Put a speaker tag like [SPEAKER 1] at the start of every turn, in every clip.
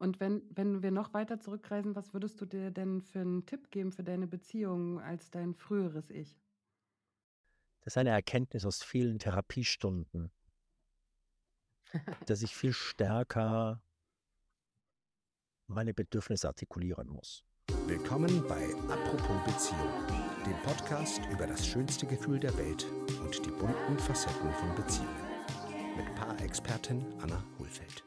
[SPEAKER 1] Und wenn wir noch weiter zurückreisen, was würdest du dir denn für einen Tipp geben für deine Beziehung als dein früheres Ich?
[SPEAKER 2] Das ist eine Erkenntnis aus vielen Therapiestunden, dass ich viel stärker meine Bedürfnisse artikulieren muss.
[SPEAKER 3] Willkommen bei Apropos Beziehung, dem Podcast über das schönste Gefühl der Welt und die bunten Facetten von Beziehungen. Mit Paarexpertin Anna Hohlfeld.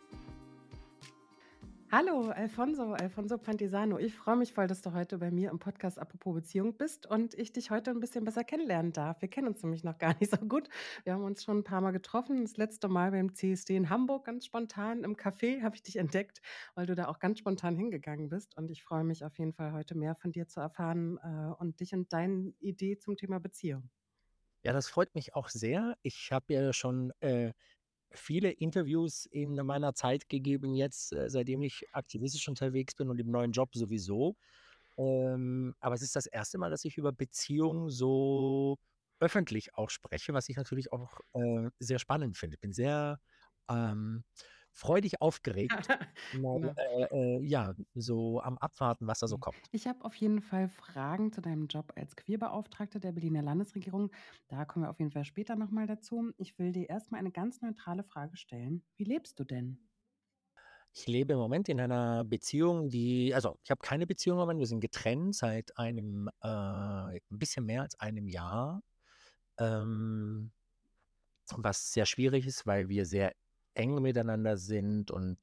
[SPEAKER 1] Hallo, Alfonso Pantisano. Ich freue mich voll, dass du heute bei mir im Podcast Apropos Beziehung bist und ich dich heute ein bisschen besser kennenlernen darf. Wir kennen uns nämlich noch gar nicht so gut. Wir haben uns schon ein paar Mal getroffen. Das letzte Mal beim CSD in Hamburg, ganz spontan im Café habe ich dich entdeckt, weil du da auch ganz spontan hingegangen bist. Und ich freue mich auf jeden Fall heute mehr von dir zu erfahren und dich und deine Idee zum Thema Beziehung.
[SPEAKER 2] Ja, das freut mich auch sehr. Ich habe ja schon viele Interviews in meiner Zeit gegeben jetzt, seitdem ich aktivistisch unterwegs bin und im neuen Job sowieso. Aber es ist das erste Mal, dass ich über Beziehungen so öffentlich auch spreche, was ich natürlich auch sehr spannend finde. Bin sehr ähm, freudig aufgeregt, mal,
[SPEAKER 1] Genau.
[SPEAKER 2] ja, so am Abwarten, was da so
[SPEAKER 1] Mhm.
[SPEAKER 2] kommt.
[SPEAKER 1] Ich habe auf jeden Fall Fragen zu deinem Job als Queerbeauftragte der Berliner Landesregierung. Da kommen wir auf jeden Fall später noch mal dazu. Ich will dir erst mal eine ganz neutrale Frage stellen. Wie lebst du denn?
[SPEAKER 2] Ich lebe im Moment in einer Beziehung, also ich habe keine Beziehung im Moment, wir sind getrennt seit einem, 'n bisschen mehr als einem Jahr, ähm, was sehr schwierig ist, weil wir sehr eng miteinander sind und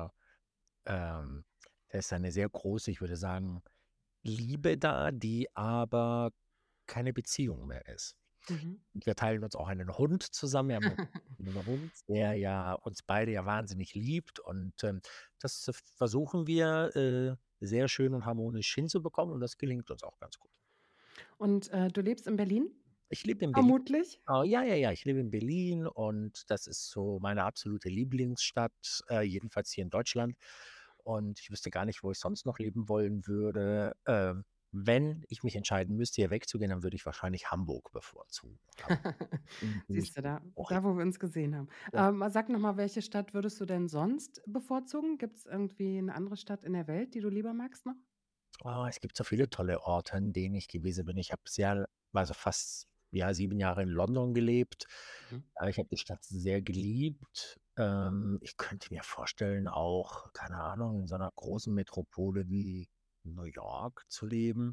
[SPEAKER 2] ähm da ist eine sehr große, ich würde sagen, Liebe da, die aber keine Beziehung mehr ist.
[SPEAKER 1] Mhm.
[SPEAKER 2] Und wir teilen uns auch einen Hund zusammen. Wir haben einen Hund, der ja uns beide ja wahnsinnig liebt und, das versuchen wir, sehr schön und harmonisch hinzubekommen und das gelingt uns auch ganz gut.
[SPEAKER 1] Und, du lebst in Berlin?
[SPEAKER 2] Ich lebe in Berlin.
[SPEAKER 1] Vermutlich?
[SPEAKER 2] Ja, ja, ja, ich lebe in Berlin und das ist so meine absolute Lieblingsstadt, jedenfalls hier in Deutschland. Und ich wüsste gar nicht, wo ich sonst noch leben wollen würde. Wenn ich mich entscheiden müsste, hier wegzugehen, dann würde ich wahrscheinlich Hamburg bevorzugen. Aber bin ich
[SPEAKER 1] Siehst du,
[SPEAKER 2] auch
[SPEAKER 1] da, wo wir uns gesehen haben.
[SPEAKER 2] ja.
[SPEAKER 1] Sag noch mal, welche Stadt würdest du denn sonst bevorzugen? Gibt es irgendwie eine andere Stadt in der Welt, die du lieber magst noch?
[SPEAKER 2] Es gibt so viele tolle Orte, an denen ich gewesen bin. Ich habe also fast, ja, 7 Jahre in London gelebt.
[SPEAKER 1] Mhm.
[SPEAKER 2] Ich habe die Stadt sehr geliebt. Ich könnte mir vorstellen, auch, keine Ahnung, in so einer großen Metropole wie New York zu leben.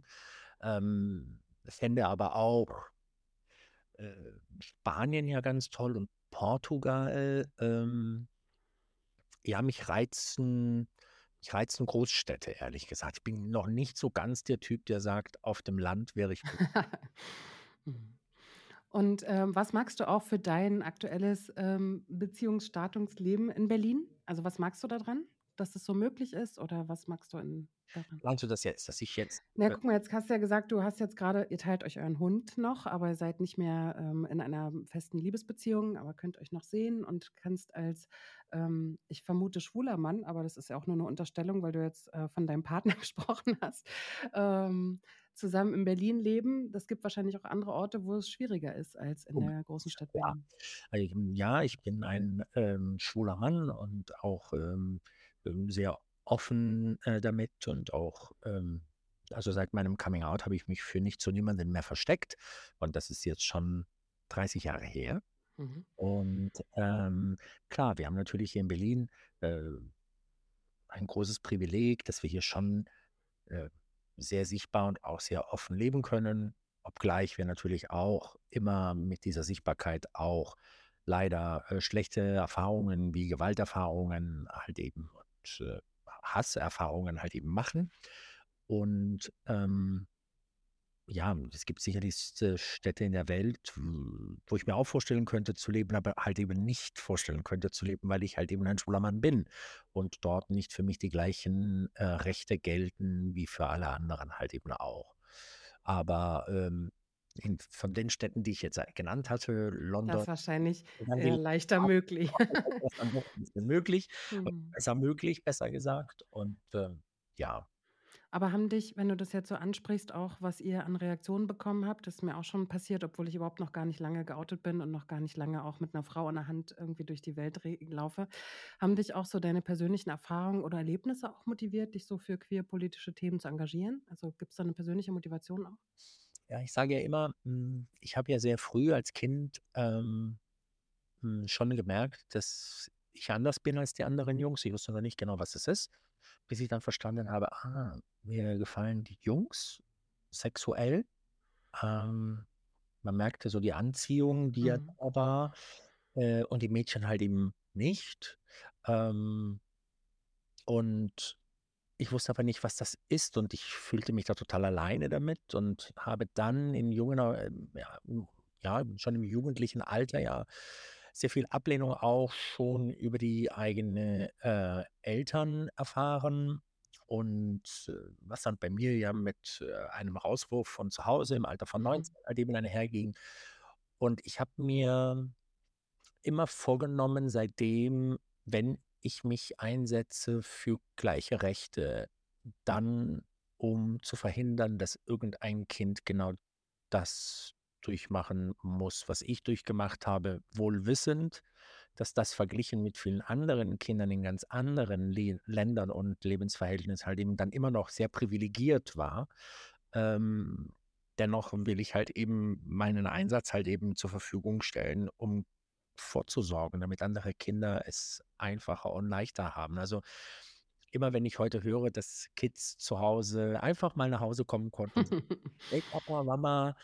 [SPEAKER 2] Fände aber auch, Spanien ja ganz toll und Portugal. Ja, mich reizen Großstädte, ehrlich gesagt. Ich bin noch nicht so ganz der Typ, der sagt: „Auf dem Land wäre ich glücklich."
[SPEAKER 1] Mhm. Und, was magst du auch für dein aktuelles, Beziehungsstatungleben in Berlin? Also, was magst du da dran, dass es so möglich ist oder was magst du daran?
[SPEAKER 2] Meinst du das jetzt, dass ich jetzt
[SPEAKER 1] Na ja, guck mal, jetzt hast du ja gesagt, du hast jetzt gerade, ihr teilt euch euren Hund noch, aber ihr seid nicht mehr, in einer festen Liebesbeziehung, aber könnt euch noch sehen und kannst als, ich vermute, schwuler Mann, aber das ist ja auch nur eine Unterstellung, weil du jetzt, von deinem Partner gesprochen hast, ähm, zusammen in Berlin leben. Das gibt wahrscheinlich auch andere Orte, wo es schwieriger ist als in der großen Stadt
[SPEAKER 2] ja.
[SPEAKER 1] Berlin.
[SPEAKER 2] Ja, ich bin ein, schwuler Mann und auch, sehr offen, damit und auch, also, seit meinem Coming Out habe ich mich für nichts und niemanden mehr versteckt und das ist jetzt schon 30 Jahre her.
[SPEAKER 1] Mhm.
[SPEAKER 2] Und, klar, wir haben natürlich hier in Berlin, äh, ein großes Privileg, dass wir hier schon, äh, sehr sichtbar und auch sehr offen leben können, obgleich wir natürlich auch immer mit dieser Sichtbarkeit auch leider, schlechte Erfahrungen wie Gewalterfahrungen halt eben und, Hasserfahrungen halt eben machen. Und, ja, es gibt sicherlich Städte in der Welt, wo ich mir auch vorstellen könnte zu leben, aber halt eben nicht vorstellen könnte zu leben, weil ich halt eben ein schwuler Mann bin und dort nicht für mich die gleichen, Rechte gelten wie für alle anderen halt eben auch. Aber, von den Städten, die ich jetzt genannt hatte,
[SPEAKER 1] Das
[SPEAKER 2] London,
[SPEAKER 1] ist wahrscheinlich,
[SPEAKER 2] Berlin,
[SPEAKER 1] leichter möglich.
[SPEAKER 2] das dann noch 'n bisschen möglich
[SPEAKER 1] Mhm.
[SPEAKER 2] besser möglich, besser gesagt und, ja.
[SPEAKER 1] Aber haben dich, wenn du das jetzt so ansprichst, auch was ihr an Reaktionen bekommen habt, das ist mir auch schon passiert, obwohl ich überhaupt noch gar nicht lange geoutet bin und noch gar nicht lange auch mit einer Frau in der Hand irgendwie durch die Welt laufe. Haben dich auch so deine persönlichen Erfahrungen oder Erlebnisse auch motiviert, dich so für queerpolitische Themen zu engagieren? Also, gibt es da eine persönliche Motivation auch?
[SPEAKER 2] Ja, ich sage ja immer, ich habe ja sehr früh als Kind, schon gemerkt, dass ich anders bin als die anderen Jungs. Ich wusste noch nicht genau, was es ist, bis ich dann verstanden habe, mir gefallen die Jungs sexuell. Ähm, Man merkte so die Anziehung, die ja
[SPEAKER 1] Mhm.
[SPEAKER 2] da war, und die Mädchen halt eben nicht. Ähm, und ich wusste aber nicht, was das ist, und ich fühlte mich da total alleine damit und habe dann in ja, schon im jugendlichen Alter ja sehr viel Ablehnung auch schon über die eigene Eltern erfahren, und was dann bei mir ja mit einem Rauswurf von zu Hause im Alter von
[SPEAKER 1] Mhm.
[SPEAKER 2] 19 halt eben einherging. Und ich habe mir immer vorgenommen seitdem, wenn ich mich einsetze für gleiche Rechte, dann um zu verhindern, dass irgendein Kind genau das durchmachen muss, was ich durchgemacht habe, wohl wissend, dass das verglichen mit vielen anderen Kindern in ganz anderen Ländern und Lebensverhältnissen halt eben dann immer noch sehr privilegiert war. Ähm, Dennoch will ich halt eben meinen Einsatz halt eben zur Verfügung stellen, um vorzusorgen, damit andere Kinder es einfacher und leichter haben. Also immer wenn ich heute höre, dass Kids zu Hause einfach mal nach Hause kommen konnten und sagen: „Hey Papa, Mama,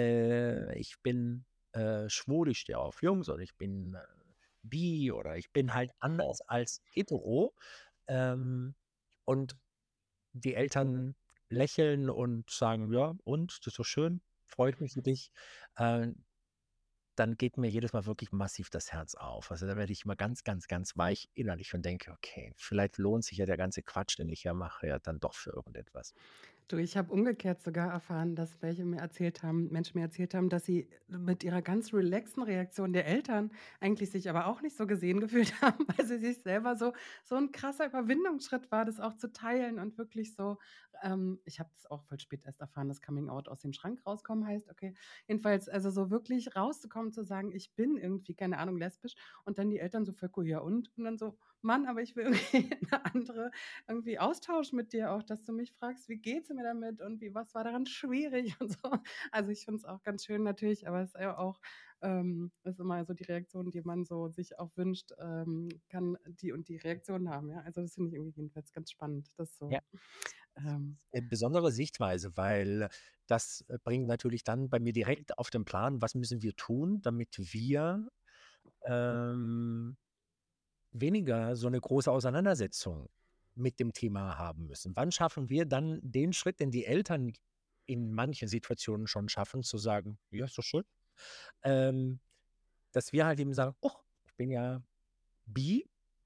[SPEAKER 2] ich bin schwul, ich stehe auf Jungs, oder ich bin bi, oder ich bin halt anders als hetero." Ähm, und die Eltern lächeln und sagen: „Ja, und, das ist doch schön, freut mich für dich." Äh, Dann geht mir jedes Mal wirklich massiv das Herz auf. Also, da werde ich immer ganz, ganz, ganz weich innerlich und denke: „Okay, vielleicht lohnt sich ja der ganze Quatsch, den ich ja mache, ja dann doch für irgendetwas."
[SPEAKER 1] Du, ich habe umgekehrt sogar erfahren, dass Menschen mir erzählt haben, dass sie mit ihrer ganz relaxten Reaktion der Eltern eigentlich sich aber auch nicht so gesehen gefühlt haben, weil sie sich selber so 'n krasser Überwindungsschritt war, das auch zu teilen und wirklich so ich habe das auch voll spät erst erfahren, dass Coming Out aus dem Schrank rauskommen heißt, okay. Jedenfalls, also so wirklich rauszukommen, zu sagen: „Ich bin irgendwie, keine Ahnung, lesbisch“, und dann die Eltern so voll cool: „Ja und?“ Und dann so: „Mann, aber ich will irgendwie 'ne andere irgendwie Austausch mit dir auch, dass du mich fragst: „Wie geht's mir damit und wie was war daran schwierig?“ und so. Also, ich finde es auch ganz schön natürlich, aber es ist ja auch ist immer so die Reaktion, die man so sich auch wünscht, kann die und die Reaktion haben, ja. Also, das finde ich irgendwie jedenfalls ganz spannend, das
[SPEAKER 2] Ja,
[SPEAKER 1] so, ähm
[SPEAKER 2] besondere Sichtweise, weil das bringt natürlich dann bei mir direkt auf den Plan, was müssen wir tun, damit wir ähm, weniger so eine große Auseinandersetzung mit dem Thema haben müssen. Wann schaffen wir dann den Schritt, den die Eltern in manchen Situationen schon schaffen, zu sagen: „Ja, ist doch schön." Ähm, Dass wir halt eben sagen: „Oh, ich bin ja bi,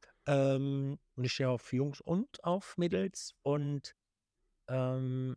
[SPEAKER 2] und ich stehe auf Jungs und auf Mädels, ähm,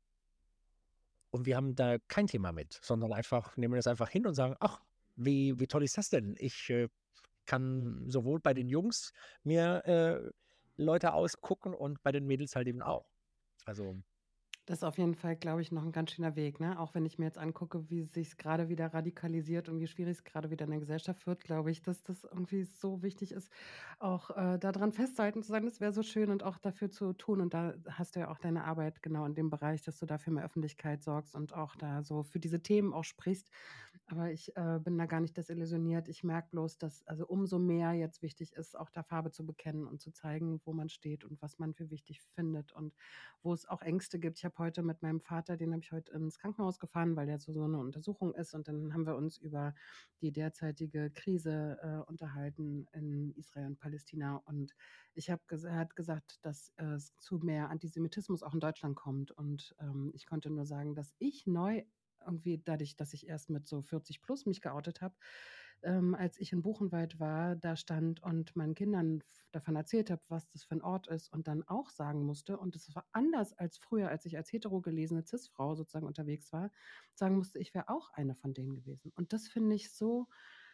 [SPEAKER 2] und wir haben da kein Thema mit", sondern einfach nehmen das einfach hin und sagen: „Ach, wie toll ist das denn? Ich kann sowohl bei den Jungs mir Leute ausgucken und bei den Mädels halt eben auch." Also,
[SPEAKER 1] Das ist auf jeden Fall, glaube ich, noch ein ganz schöner Weg, ne? Auch wenn ich mir jetzt angucke, wie sich's grade wieder radikalisiert und wie schwierig es grade wieder in der Gesellschaft wird, glaube ich, dass das irgendwie so wichtig ist, auch, da dran festzuhalten, zu sagen: „Das wäre so schön“, und auch dafür zu tun. Und da hast du ja auch deine Arbeit genau in dem Bereich, dass du da für mehr Öffentlichkeit sorgst und auch da so für diese Themen auch sprichst. Aber ich, bin da gar nicht desillusioniert. Ich merke bloß, dass also umso mehr jetzt wichtig ist, auch da Farbe zu bekennen und zu zeigen, wo man steht und was man für wichtig findet und wo es auch Ängste gibt. Ich habe heute mit meinem Vater, den habe ich heute ins Krankenhaus gefahren, weil der zu so 'ner Untersuchung ist, und dann haben wir uns über die derzeitige Krise, unterhalten in Israel und Palästina, und ich habe er hat gesagt, dass es zu mehr Antisemitismus auch in Deutschland kommt, und, ich konnte nur sagen, dass ich neu irgendwie dadurch, dass ich erst mit so 40 plus mich geoutet habe, als ich in Buchenwald war, da stand und meinen Kindern davon erzählt habe, was das für ein Ort ist, und dann auch sagen musste, und das war anders als früher, als ich als hetero gelesene Cis-Frau sozusagen unterwegs war, sagen musste, ich wäre auch eine von denen gewesen. Und das finde ich so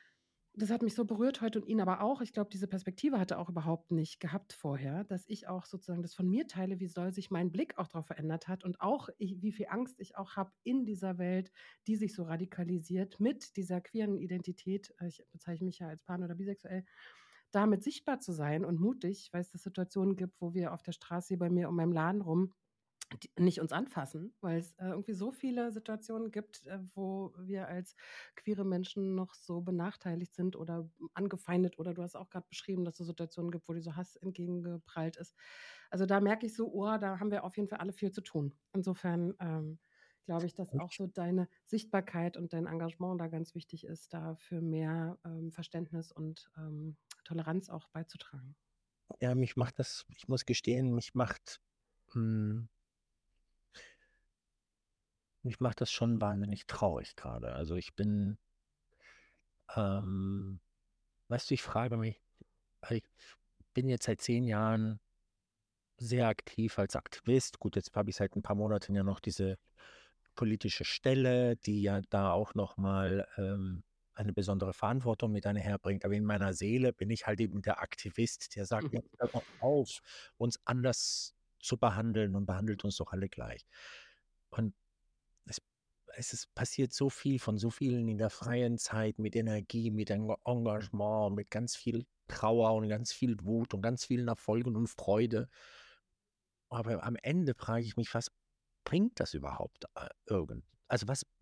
[SPEAKER 1] Das hat mich so berührt heute und ihn aber auch. Ich glaube, diese Perspektive hat er auch überhaupt nicht gehabt vorher, dass ich auch sozusagen das von mir teile, wie doll sich mein Blick auch darauf verändert hat und auch wie viel Angst ich auch habe in dieser Welt, die sich so radikalisiert mit dieser queeren Identität. Ich bezeichne mich ja als pan- oder bisexuell, damit sichtbar zu sein und mutig, weil es da Situationen gibt, wo wir auf der Straße hier bei mir um meinem Laden rum nicht uns anfassen, weil es irgendwie so viele Situationen gibt, wo wir als queere Menschen noch so benachteiligt sind oder angefeindet, oder du hast auch gerade beschrieben, dass es Situationen gibt, wo dir so Hass entgegengeprallt ist. Also da merke ich so, oh, da haben wir auf jeden Fall alle viel zu tun. Insofern glaube ich, dass auch so deine Sichtbarkeit und dein Engagement da ganz wichtig ist, da für mehr Verständnis und Toleranz auch beizutragen.
[SPEAKER 2] Ja, ich muss gestehen, hm, mich macht das schon wahnsinnig traurig gerade. Also ähm, weißt du, ich frage mich, ich bin jetzt seit 10 Jahren sehr aktiv als Aktivist. Gut, jetzt habe ich seit ein paar Monaten ja noch diese politische Stelle, die ja da auch nochmal eine besondere Verantwortung mit einherbringt. Aber in meiner Seele bin ich halt eben der Aktivist, der sagt, ja, hör doch auf, uns anders zu behandeln und behandelt uns doch alle gleich. Und es, passiert so viel von so vielen in der freien Zeit mit Energie, mit Engagement, mit ganz viel Trauer und ganz viel Wut und ganz vielen Erfolgen und Freude. Aber am Ende frage ich mich, was bringt das überhaupt also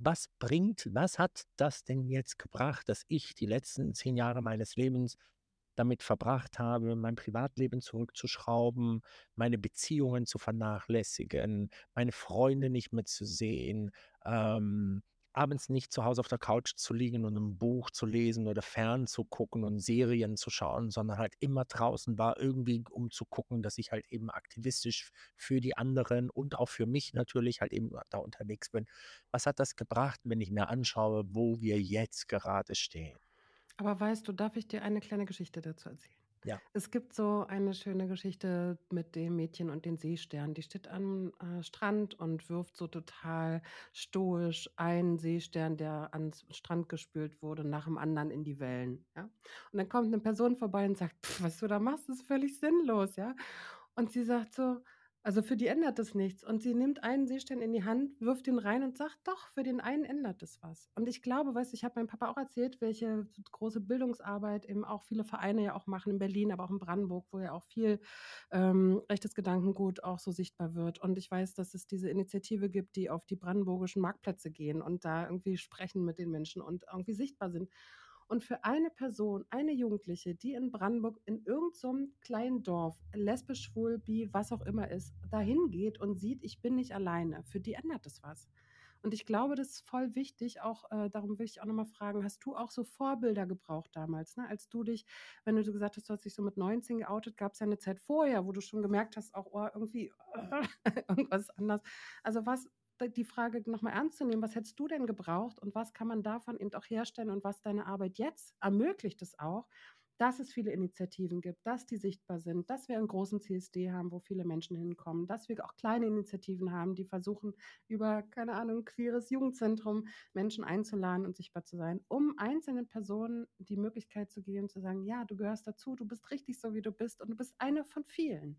[SPEAKER 2] was hat das denn jetzt gebracht, dass ich die letzten 10 Jahre meines Lebens damit verbracht habe, mein Privatleben zurückzuschrauben, meine Beziehungen zu vernachlässigen, meine Freunde nicht mehr zu sehen, ähm, abends nicht zu Hause auf der Couch zu liegen und ein Buch zu lesen oder fern zu gucken und Serien zu schauen, sondern halt immer draußen war, irgendwie um zu gucken, dass ich halt eben aktivistisch für die anderen und auch für mich natürlich halt eben da unterwegs bin. Was hat das gebracht, wenn ich mir anschaue, wo wir jetzt gerade stehen?
[SPEAKER 1] Aber weißt du, darf ich dir eine kleine Geschichte dazu erzählen?
[SPEAKER 2] Ja.
[SPEAKER 1] Es gibt so eine schöne Geschichte mit dem Mädchen und den Seesternen. Die steht am Strand und wirft so total stoisch einen Seestern, der ans Strand gespült wurde, nach dem anderen in die Wellen. Ja? Und dann kommt eine Person vorbei und sagt, "Pff, was du da machst, ist völlig sinnlos. Ja? Und sie sagt so, also für die ändert das nichts. Und sie nimmt einen Seestern in die Hand, wirft ihn rein und sagt, doch, für den einen ändert das was. Und ich glaube, weißt du, ich habe meinem Papa auch erzählt, welche große Bildungsarbeit eben auch viele Vereine ja auch machen in Berlin, aber auch in Brandenburg, wo ja auch viel rechtes Gedankengut auch so sichtbar wird. Und ich weiß, dass es diese Initiative gibt, die auf die brandenburgischen Marktplätze gehen und da irgendwie sprechen mit den Menschen und irgendwie sichtbar sind. Und für eine Person, eine Jugendliche, die in Brandenburg in irgendeinem so kleinen Dorf, lesbisch, schwul, bi, was auch immer ist, dahin geht und sieht, ich bin nicht alleine, für die ändert das was. Und ich glaube, das ist voll wichtig, auch darum will ich auch nochmal fragen, hast du auch so Vorbilder gebraucht damals, ne? Als du dich, wenn du so gesagt hast, du hast dich so mit 19 geoutet, gab es ja eine Zeit vorher, wo du schon gemerkt hast, auch oh, irgendwie irgendwas anders. Also was, die Frage nochmal ernst zu nehmen, was hättest du denn gebraucht und was kann man davon eben auch herstellen und was deine Arbeit jetzt ermöglicht es auch, dass es viele Initiativen gibt, dass die sichtbar sind, dass wir einen großen CSD haben, wo viele Menschen hinkommen, dass wir auch kleine Initiativen haben, die versuchen, über, keine Ahnung, queeres Jugendzentrum Menschen einzuladen und sichtbar zu sein, um einzelnen Personen die Möglichkeit zu geben, zu sagen, ja, du gehörst dazu, du bist richtig so, wie du bist und du bist eine von vielen.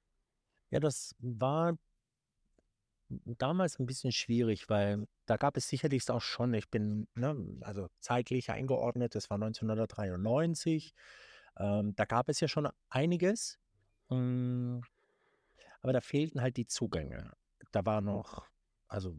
[SPEAKER 2] Ja, das war damals ein bisschen schwierig, weil da gab es sicherlich auch schon, ich bin, ne, also zeitlich eingeordnet, das war 1993, da gab es ja schon einiges, hm, aber da fehlten halt die Zugänge. Da war noch, also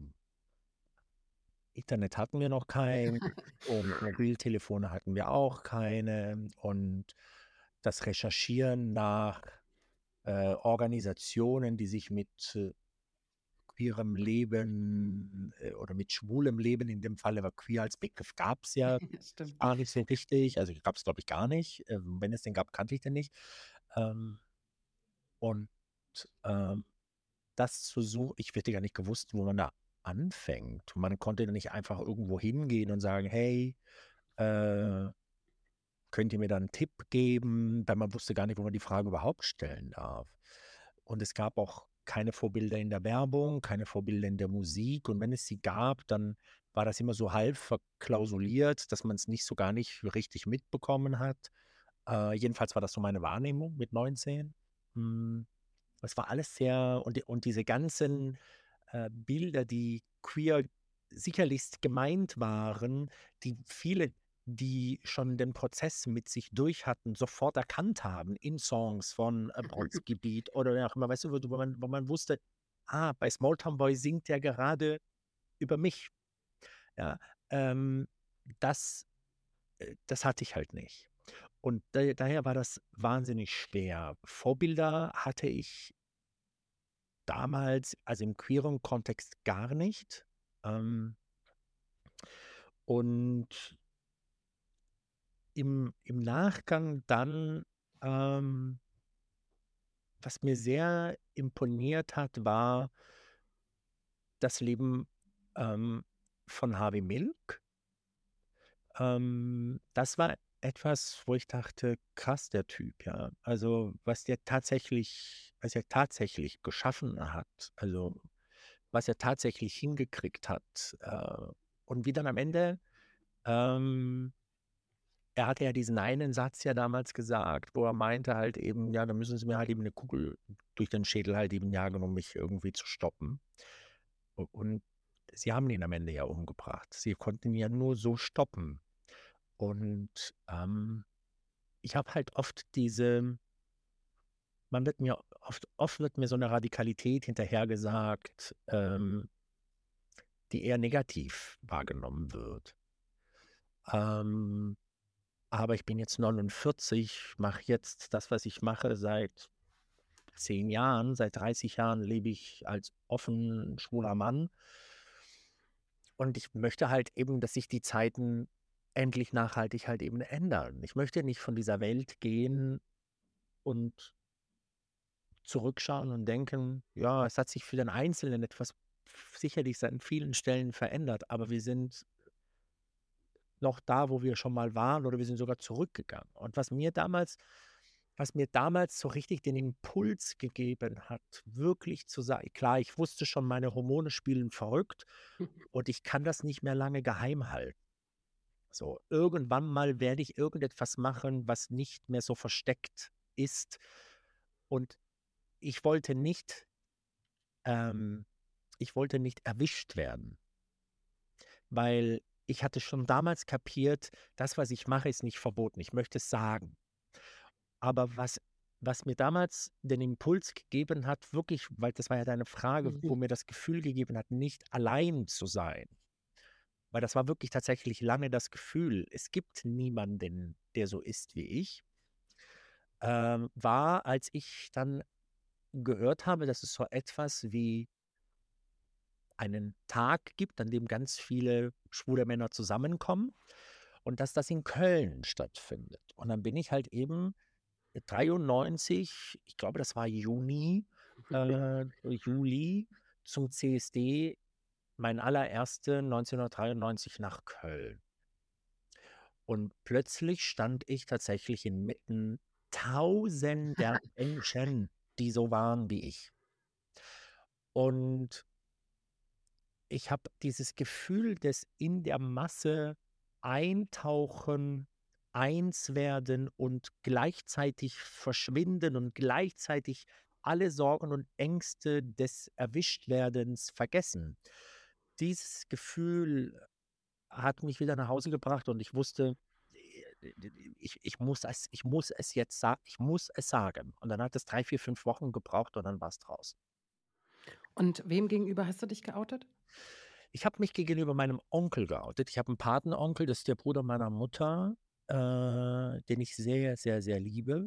[SPEAKER 2] Internet hatten wir noch kein und Mobiltelefone hatten wir auch keine und das Recherchieren nach Organisationen, die sich mit queerem Leben oder mit schwulem Leben, in dem Falle war queer als Begriff gab es ja
[SPEAKER 1] Ja, stimmt.
[SPEAKER 2] gar nicht so richtig, also gab es glaube ich gar nicht, wenn es den gab, kannte ich den nicht. Ähm, und ähm, das zu suchen, ich hätte gar nicht gewusst, wo man da anfängt. Man konnte da nicht einfach irgendwo hingehen und sagen, hey, äh, könnt ihr mir da einen Tipp geben? Weil man wusste gar nicht, wo man die Frage überhaupt stellen darf. Und es gab auch keine Vorbilder in der Werbung, keine Vorbilder in der Musik. Und wenn es sie gab, dann war das immer so halb verklausuliert, dass man es nicht so gar nicht richtig mitbekommen hat. Jedenfalls war das so meine Wahrnehmung mit 19. Hm, Es war alles sehr und diese ganzen, Bilder, die queer sicherlich gemeint waren, die viele, die schon den Prozess mit sich durch hatten, sofort erkannt haben in Songs von, Brodsky Beat oder wer auch immer, weißt du, wo man wusste: „Ah, bei Small Town Boy singt der gerade über mich." Ja, ähm, das das hatte ich halt nicht. Und daher war das wahnsinnig schwer. Vorbilder hatte ich damals, also im queeren Kontext gar nicht. Ähm, und im Nachgang dann, ähm, was mir sehr imponiert hat, war das Leben, von Harvey Milk. Das war etwas, wo ich dachte: „Krass, der Typ, ja." Also, was er tatsächlich geschaffen hat, also, was er tatsächlich hingekriegt hat. Und wie dann am Ende, ähm er hatte ja diesen einen Satz ja damals gesagt, wo er meinte halt eben: „Ja, dann müssen Sie mir halt eben eine Kugel durch den Schädel halt eben jagen, um mich irgendwie zu stoppen." Und sie haben ihn am Ende ja umgebracht. Sie konnten ihn ja nur so stoppen. Und, ich habe halt oft wird mir so eine Radikalität hinterhergesagt, die eher negativ wahrgenommen wird. Ähm, aber ich bin jetzt 49, mache jetzt das, was ich mache, seit 10 Jahren. Seit 30 Jahren lebe ich als offen schwuler Mann. Und ich möchte halt eben, dass sich die Zeiten endlich nachhaltig halt eben ändern. Ich möchte nicht von dieser Welt gehen und zurückschauen und denken, ja, es hat sich für den Einzelnen etwas sicherlich an vielen Stellen verändert, aber wir sind noch da, wo wir schon mal waren, oder wir sind sogar zurückgegangen. Und was mir damals so richtig den Impuls gegeben hat, wirklich zu sagen, klar, ich wusste schon, meine Hormone spielen verrückt und ich kann das nicht mehr lange geheim halten. So, irgendwann mal werde ich irgendetwas machen, was nicht mehr so versteckt ist. Und ich wollte nicht, ähm, ich wollte nicht erwischt werden, weil ich hatte schon damals kapiert, das, was ich mache, ist nicht verboten. Ich möchte es sagen. Aber was mir damals den Impuls gegeben hat, wirklich, weil das war ja deine Frage, wo mir das Gefühl gegeben hat, nicht allein zu sein. Weil das war wirklich tatsächlich lange das Gefühl, es gibt niemanden, der so ist wie ich, war, als ich dann gehört habe, dass es so etwas wie einen Tag gibt, an dem ganz viele schwule Männer zusammenkommen und dass das in Köln stattfindet. Und dann bin ich halt eben 93, ich glaube, das war Juli, zum CSD, mein allererste 1993 nach Köln. Und plötzlich stand ich tatsächlich inmitten tausender Menschen, die so waren wie ich. Und ich habe dieses Gefühl des in der Masse eintauchen, eins werden und gleichzeitig verschwinden und gleichzeitig alle Sorgen und Ängste des Erwischtwerdens vergessen. Dieses Gefühl hat mich wieder nach Hause gebracht und ich wusste, ich muss es jetzt ich muss es sagen. Und dann hat es 3, 4, 5 Wochen gebraucht und dann war es draußen.
[SPEAKER 1] Und wem gegenüber hast du dich geoutet?
[SPEAKER 2] Ich habe mich gegenüber meinem Onkel geoutet. Ich habe einen Patenonkel, das ist der Bruder meiner Mutter, den ich sehr, sehr, sehr liebe.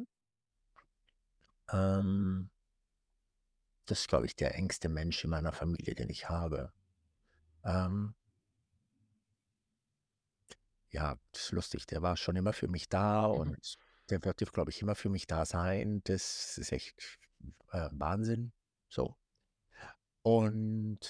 [SPEAKER 2] Ähm, Das ist, glaube ich, der engste Mensch in meiner Familie, den ich habe. Ähm, ja, das ist lustig. Der war schon immer für mich da und der wird, glaube ich, immer für mich da sein. Das ist echt, Wahnsinn. So. Und,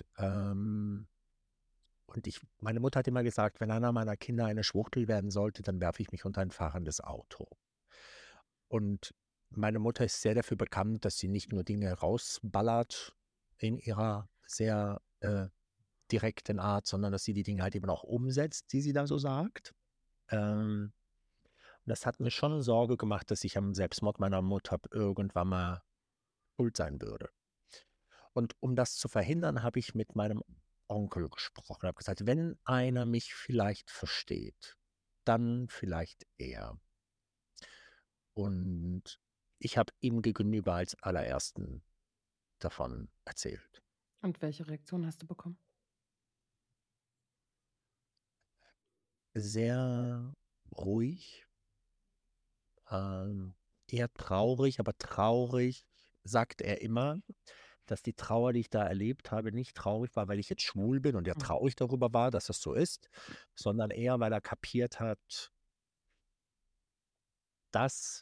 [SPEAKER 2] meine Mutter hat immer gesagt, wenn einer meiner Kinder eine Schwuchtel werden sollte, dann werfe ich mich unter ein fahrendes Auto. Und meine Mutter ist sehr dafür bekannt, dass sie nicht nur Dinge rausballert in ihrer sehr direkten Art, sondern dass sie die Dinge halt eben auch umsetzt, die sie da so sagt. Ähm, und das hat mir schon Sorge gemacht, dass ich am Selbstmord meiner Mutter irgendwann mal schuld sein würde. Und um das zu verhindern, habe ich mit meinem Onkel gesprochen, habe gesagt: „Wenn einer mich vielleicht versteht, dann vielleicht er.“ Und ich habe ihm gegenüber als Allerersten davon erzählt.
[SPEAKER 1] Und welche Reaktion hast du bekommen?
[SPEAKER 2] Sehr ruhig, ähm, eher traurig, aber traurig sagt er immer, dass die Trauer, die ich da erlebt habe, nicht traurig war, weil ich jetzt schwul bin und er
[SPEAKER 1] Mhm.
[SPEAKER 2] traurig darüber war, dass das so ist, sondern eher, weil er kapiert hat, dass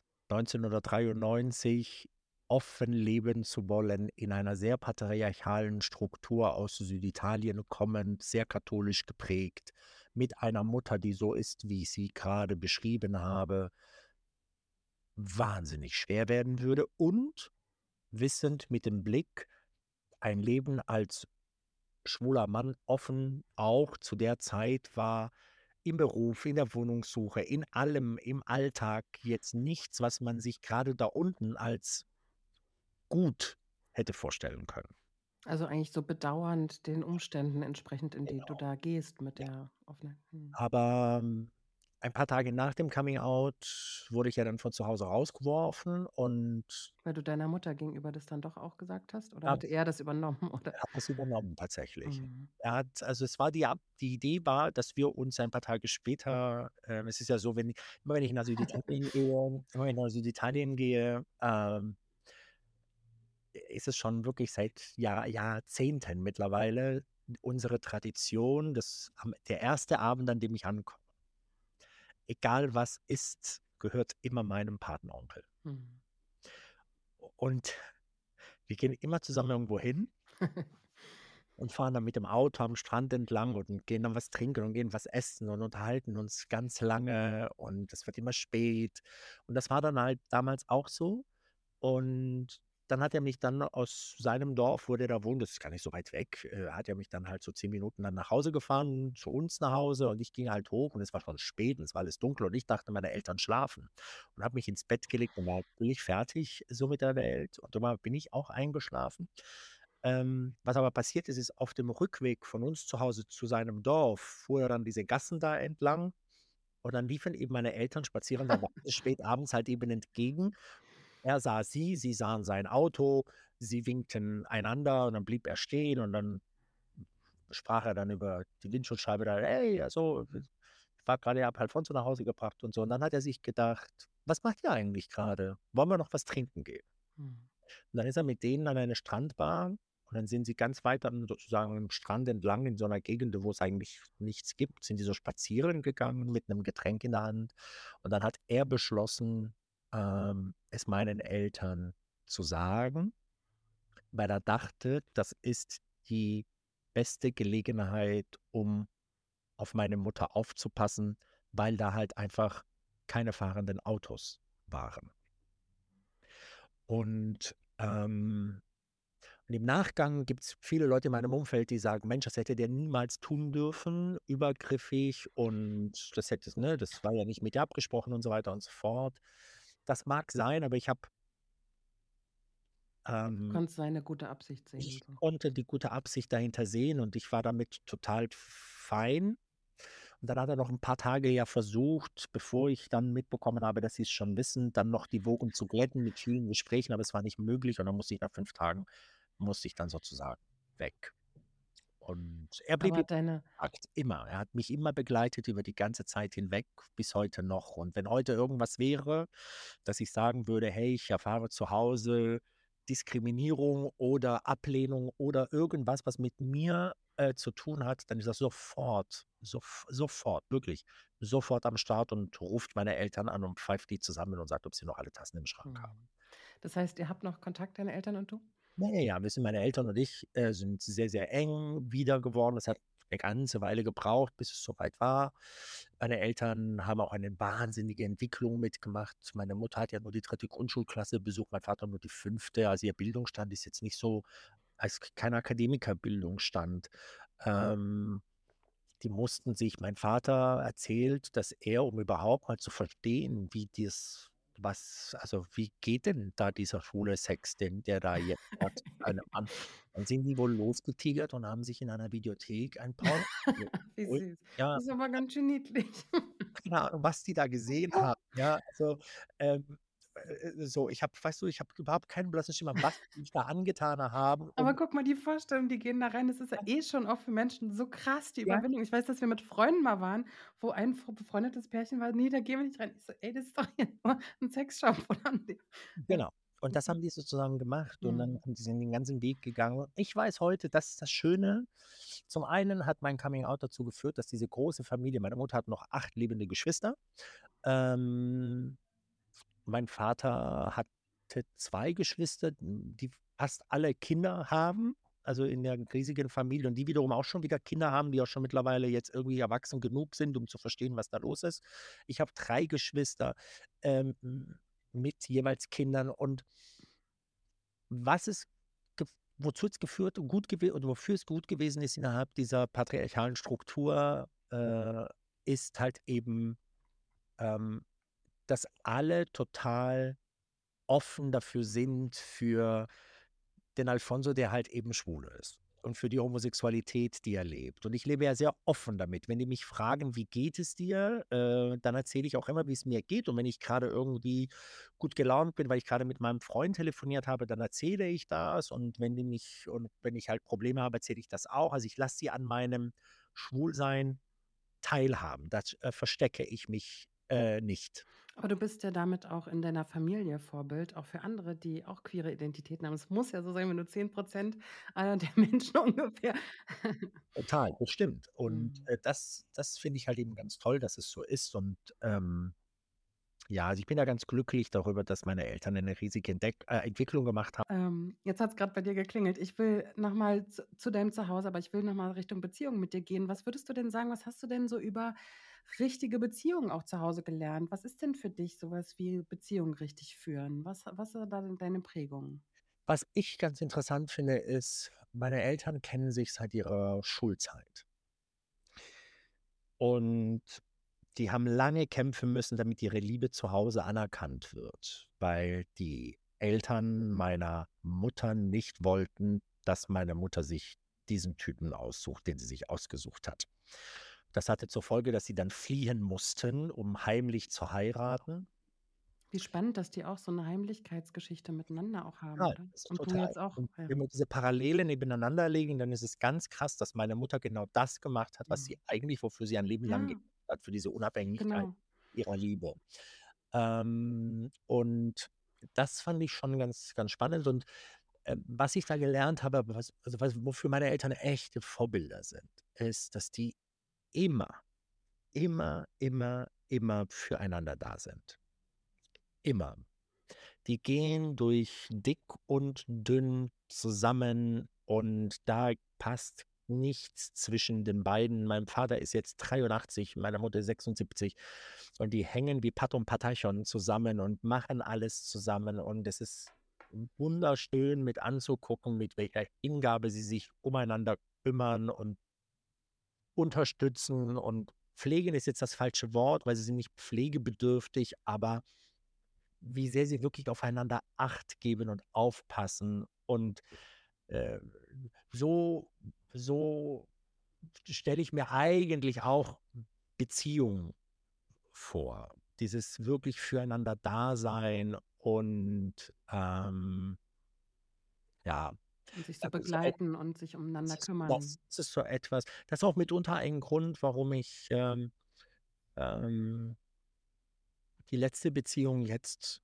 [SPEAKER 2] 1993 offen leben zu wollen in einer sehr patriarchalen Struktur aus Süditalien kommend, sehr katholisch geprägt, mit einer Mutter, die so ist, wie ich sie gerade beschrieben habe, wahnsinnig schwer werden würde und wissend mit dem Blick, ein Leben als schwuler Mann offen auch zu der Zeit war im Beruf, in der Wohnungssuche, in allem, im Alltag jetzt nichts, was man sich gerade da unten als gut hätte vorstellen können.
[SPEAKER 1] Also, eigentlich so bedauernd den Umständen entsprechend, in die du
[SPEAKER 2] Genau,
[SPEAKER 1] da gehst mit
[SPEAKER 2] ja.
[SPEAKER 1] der offenen
[SPEAKER 2] Aber, ein paar Tage nach dem Coming Out wurde ich ja dann von zu Hause rausgeworfen und
[SPEAKER 1] weil du deiner Mutter gegenüber das dann doch auch gesagt hast? Oder
[SPEAKER 2] ja,
[SPEAKER 1] hatte er das übernommen, oder?
[SPEAKER 2] er hat das übernommen tatsächlich.
[SPEAKER 1] Mhm.
[SPEAKER 2] Er hat also, es war die Idee war, dass wir uns ein paar Tage später es ist ja so, wenn ich nach Süditalien gehe immer wenn ich nach Süditalien gehe, ist es schon wirklich seit Jahrzehnten mittlerweile unsere Tradition, dass der erste Abend, an dem ich ankomme, egal was ist, gehört immer meinem Patenonkel.
[SPEAKER 1] Mhm.
[SPEAKER 2] Und wir gehen immer zusammen irgendwo hin und fahren dann mit dem Auto am Strand entlang und gehen dann was trinken und gehen was essen und unterhalten uns ganz lange und es wird immer spät. Und das war dann halt damals auch so. Und dann hat er mich dann aus seinem Dorf, wo der da wohnt, das ist gar nicht so weit weg, hat er mich dann halt so 10 Minuten dann nach Hause gefahren, zu uns nach Hause und ich ging halt hoch und es war schon spät und es war alles dunkel und ich dachte, meine Eltern schlafen und habe mich ins Bett gelegt und war völlig fertig so mit der Welt und immer bin ich auch eingeschlafen. Was aber passiert ist, ist auf dem Rückweg von uns zu Hause zu seinem Dorf fuhr er dann diese Gassen da entlang und dann liefen eben meine Eltern spazieren, da war es spät abends halt eben entgegen. Er sah sie, sie sahen sein Auto, sie winkten einander und dann blieb er stehen und dann sprach er dann über die Windschutzscheibe da: „Hey, also, ich war grade ich habe Alfonso nach Hause gebracht“ und so. Und dann hat er sich gedacht: „Was macht ihr eigentlich gerade? Wollen wir noch was trinken gehen?“
[SPEAKER 1] Mhm.
[SPEAKER 2] Und dann ist er mit denen an eine Strandbar und dann sind sie ganz weit dann sozusagen am Strand entlang in so einer Gegend, wo es eigentlich nichts gibt, sind die so spazieren gegangen mit einem Getränk in der Hand. Und dann hat er beschlossen, es meinen Eltern zu sagen, weil er dachte, das ist die beste Gelegenheit, um auf meine Mutter aufzupassen, weil da halt einfach keine fahrenden Autos waren. Und, und im Nachgang gibt es viele Leute in meinem Umfeld, die sagen: „Mensch, das hätte der niemals tun dürfen, übergriffig und das war ja nicht mit dir abgesprochen“ und so weiter und so fort. Das mag sein, aber
[SPEAKER 1] Du
[SPEAKER 2] ähm
[SPEAKER 1] konntest seine gute Absicht sehen,
[SPEAKER 2] ich
[SPEAKER 1] so.
[SPEAKER 2] konnte die gute Absicht dahinter sehen und ich war damit total fein. Und dann hat er noch ein paar Tage ja versucht, bevor ich dann mitbekommen habe, dass sie es schon wissen, dann noch die Wogen zu glätten mit vielen Gesprächen, aber es war nicht möglich und dann musste ich nach 5 Tagen musste ich dann sozusagen weg. Und er blieb
[SPEAKER 1] Aber
[SPEAKER 2] in
[SPEAKER 1] deine
[SPEAKER 2] Kontakt, immer. Er hat mich immer begleitet über die ganze Zeit hinweg, bis heute noch. Und wenn heute irgendwas wäre, dass ich sagen würde: „Hey, ich erfahre zu Hause Diskriminierung oder Ablehnung oder irgendwas, was mit mir, zu tun hat“, dann ist das sofort, wirklich, sofort am Start und ruft meine Eltern an und pfeift die zusammen und sagt, ob sie noch alle Tassen im Schrank haben.
[SPEAKER 1] mhm. Das heißt, ihr habt noch Kontakt, deine Eltern und du?
[SPEAKER 2] Ja, ja, ja, wir sind meine Eltern und ich, sind sehr, sehr eng wieder geworden. Das hat eine ganze Weile gebraucht, bis es soweit war. Meine Eltern haben auch eine wahnsinnige Entwicklung mitgemacht. Meine Mutter hat ja nur die 3. Grundschulklasse besucht, mein Vater nur die 5. Also, ihr Bildungsstand ist jetzt nicht so als kein Akademikerbildungsstand. Ähm, Die mussten sich mein Vater erzählt, dass er, um überhaupt mal zu verstehen, wie geht denn da dieser schwule Sex, der da jetzt hat, einem Mann. Dann sind die wohl losgetigert und haben sich in einer Videothek ein Porno
[SPEAKER 1] Wie
[SPEAKER 2] geholt.
[SPEAKER 1] süß.
[SPEAKER 2] Ja,
[SPEAKER 1] Das ist aber ganz schön niedlich.
[SPEAKER 2] keine Ahnung, was die da gesehen haben. Ja, also, ähm, so, ich habe überhaupt keinen blassen Schimmer, was die sich da angetan haben,
[SPEAKER 1] Aber
[SPEAKER 2] um
[SPEAKER 1] guck mal, die Vorstellung, die gehen da rein, das ist ja eh schon auch für Menschen so krass die
[SPEAKER 2] ja,
[SPEAKER 1] Überwindung. Ich weiß, dass wir mit Freunden mal waren, wo ein befreundetes Pärchen war: „Ne, da gehen wir nicht rein.“ Ich so: „Ey, das ist doch hier nur 'n Sexshop oder 'n Ding.“ Ja.
[SPEAKER 2] genau. Und das haben die sozusagen gemacht und dann
[SPEAKER 1] Mhm.
[SPEAKER 2] haben die sind den ganzen Weg gegangen. Ich weiß heute, das ist das Schöne. Zum einen hat mein Coming Out dazu geführt, dass diese große Familie meine Mutter hat noch 8 lebende Geschwister. Ähm, Mein Vater hatte 2 Geschwister, die fast alle Kinder haben, also in der riesigen Familie und die wiederum auch schon wieder Kinder haben, die auch schon mittlerweile jetzt irgendwie erwachsen genug sind, um zu verstehen, was da los ist. Ich habe 3 Geschwister, ähm, mit jeweils Kindern und was es gef wozu es geführt und gut gewe oder wofür es gut gewesen ist innerhalb dieser patriarchalen Struktur, ist halt eben, ähm, dass alle total offen dafür sind für den Alfonso, der halt eben schwul ist und für die Homosexualität, die er lebt. Und ich lebe ja sehr offen damit. Wenn die mich fragen: „Wie geht es dir?", dann erzähle ich auch immer, wie es mir geht. Und wenn ich gerade irgendwie gut gelaunt bin, weil ich gerade mit meinem Freund telefoniert habe, dann erzähle ich das. Und wenn ich halt Probleme habe, erzähle ich das auch. Also, ich lasse sie an meinem Schwulsein teilhaben. Das, verstecke ich mich, nicht.
[SPEAKER 1] Aber du bist ja damit auch in deiner Familie Vorbild, auch für andere, die auch queere Identitäten haben. Es muss ja so sein, wenn du 10% aller der Menschen ungefähr
[SPEAKER 2] Total, das stimmt. Und,
[SPEAKER 1] Mhm.
[SPEAKER 2] das finde ich halt eben ganz toll, dass es so ist. Und, ja, also ich bin da ganz glücklich darüber, dass meine Eltern eine riesige Entwicklung gemacht haben.
[SPEAKER 1] Jetzt hat es gerade bei dir geklingelt. Ich will noch mal zu deinem Zuhause, aber ich will noch mal Richtung Beziehung mit dir gehen. Was würdest du denn sagen, was hast du denn so über richtige Beziehungen auch zu Hause gelernt? Was ist denn für dich sowas wie Beziehung richtig führen? Was sind da denn deine Prägungen?
[SPEAKER 2] Was ich ganz interessant finde, ist, meine Eltern kennen sich seit ihrer Schulzeit. Und die haben lange kämpfen müssen, damit ihre Liebe zu Hause anerkannt wird, weil die Eltern meiner Mutter nicht wollten, dass meine Mutter sich diesen Typen aussucht, den sie sich ausgesucht hat. Das hatte zur Folge, dass sie dann fliehen mussten, um heimlich zu heiraten.
[SPEAKER 1] Wie spannend, dass die auch so 'ne Heimlichkeitsgeschichte miteinander auch haben,
[SPEAKER 2] Total,
[SPEAKER 1] oder?
[SPEAKER 2] das ist
[SPEAKER 1] Und du
[SPEAKER 2] total.
[SPEAKER 1] jetzt auch,
[SPEAKER 2] Und
[SPEAKER 1] ja.
[SPEAKER 2] wenn wir diese Parallele nebeneinander legen, dann ist es ganz krass, dass meine Mutter genau das gemacht hat, was
[SPEAKER 1] Mhm.
[SPEAKER 2] sie eigentlich wofür sie ein Leben lang
[SPEAKER 1] Ja,
[SPEAKER 2] gekämpft hat, für diese Unabhängigkeit
[SPEAKER 1] genau.
[SPEAKER 2] ihrer Liebe. Und das fand ich schon ganz, ganz spannend. Und was ich da gelernt habe, wofür meine Eltern echte Vorbilder sind, ist, dass die immer, immer, immer, immer füreinander da sind. Immer. Die gehen durch dick und dünn zusammen und da passt nichts zwischen den beiden. Mein Vater ist jetzt 83, meine Mutter 76 und die hängen wie Pat und Patachon zusammen und machen alles zusammen und es ist wunderschön mit anzugucken, mit welcher Hingabe sie sich umeinander kümmern und unterstützen und pflegen ist jetzt das falsche Wort, weil sie sind nicht pflegebedürftig, aber wie sehr sie wirklich aufeinander Acht geben und aufpassen. Und äh, so, so stelle ich mir eigentlich auch Beziehungen vor. Dieses wirklich füreinander Dasein und ja,
[SPEAKER 1] Und sich so
[SPEAKER 2] das ist so et
[SPEAKER 1] begleiten und sich umeinander kümmern.
[SPEAKER 2] das ist so etwas, das ist auch mitunter ein Grund, warum ich ähm, die letzte Beziehung jetzt.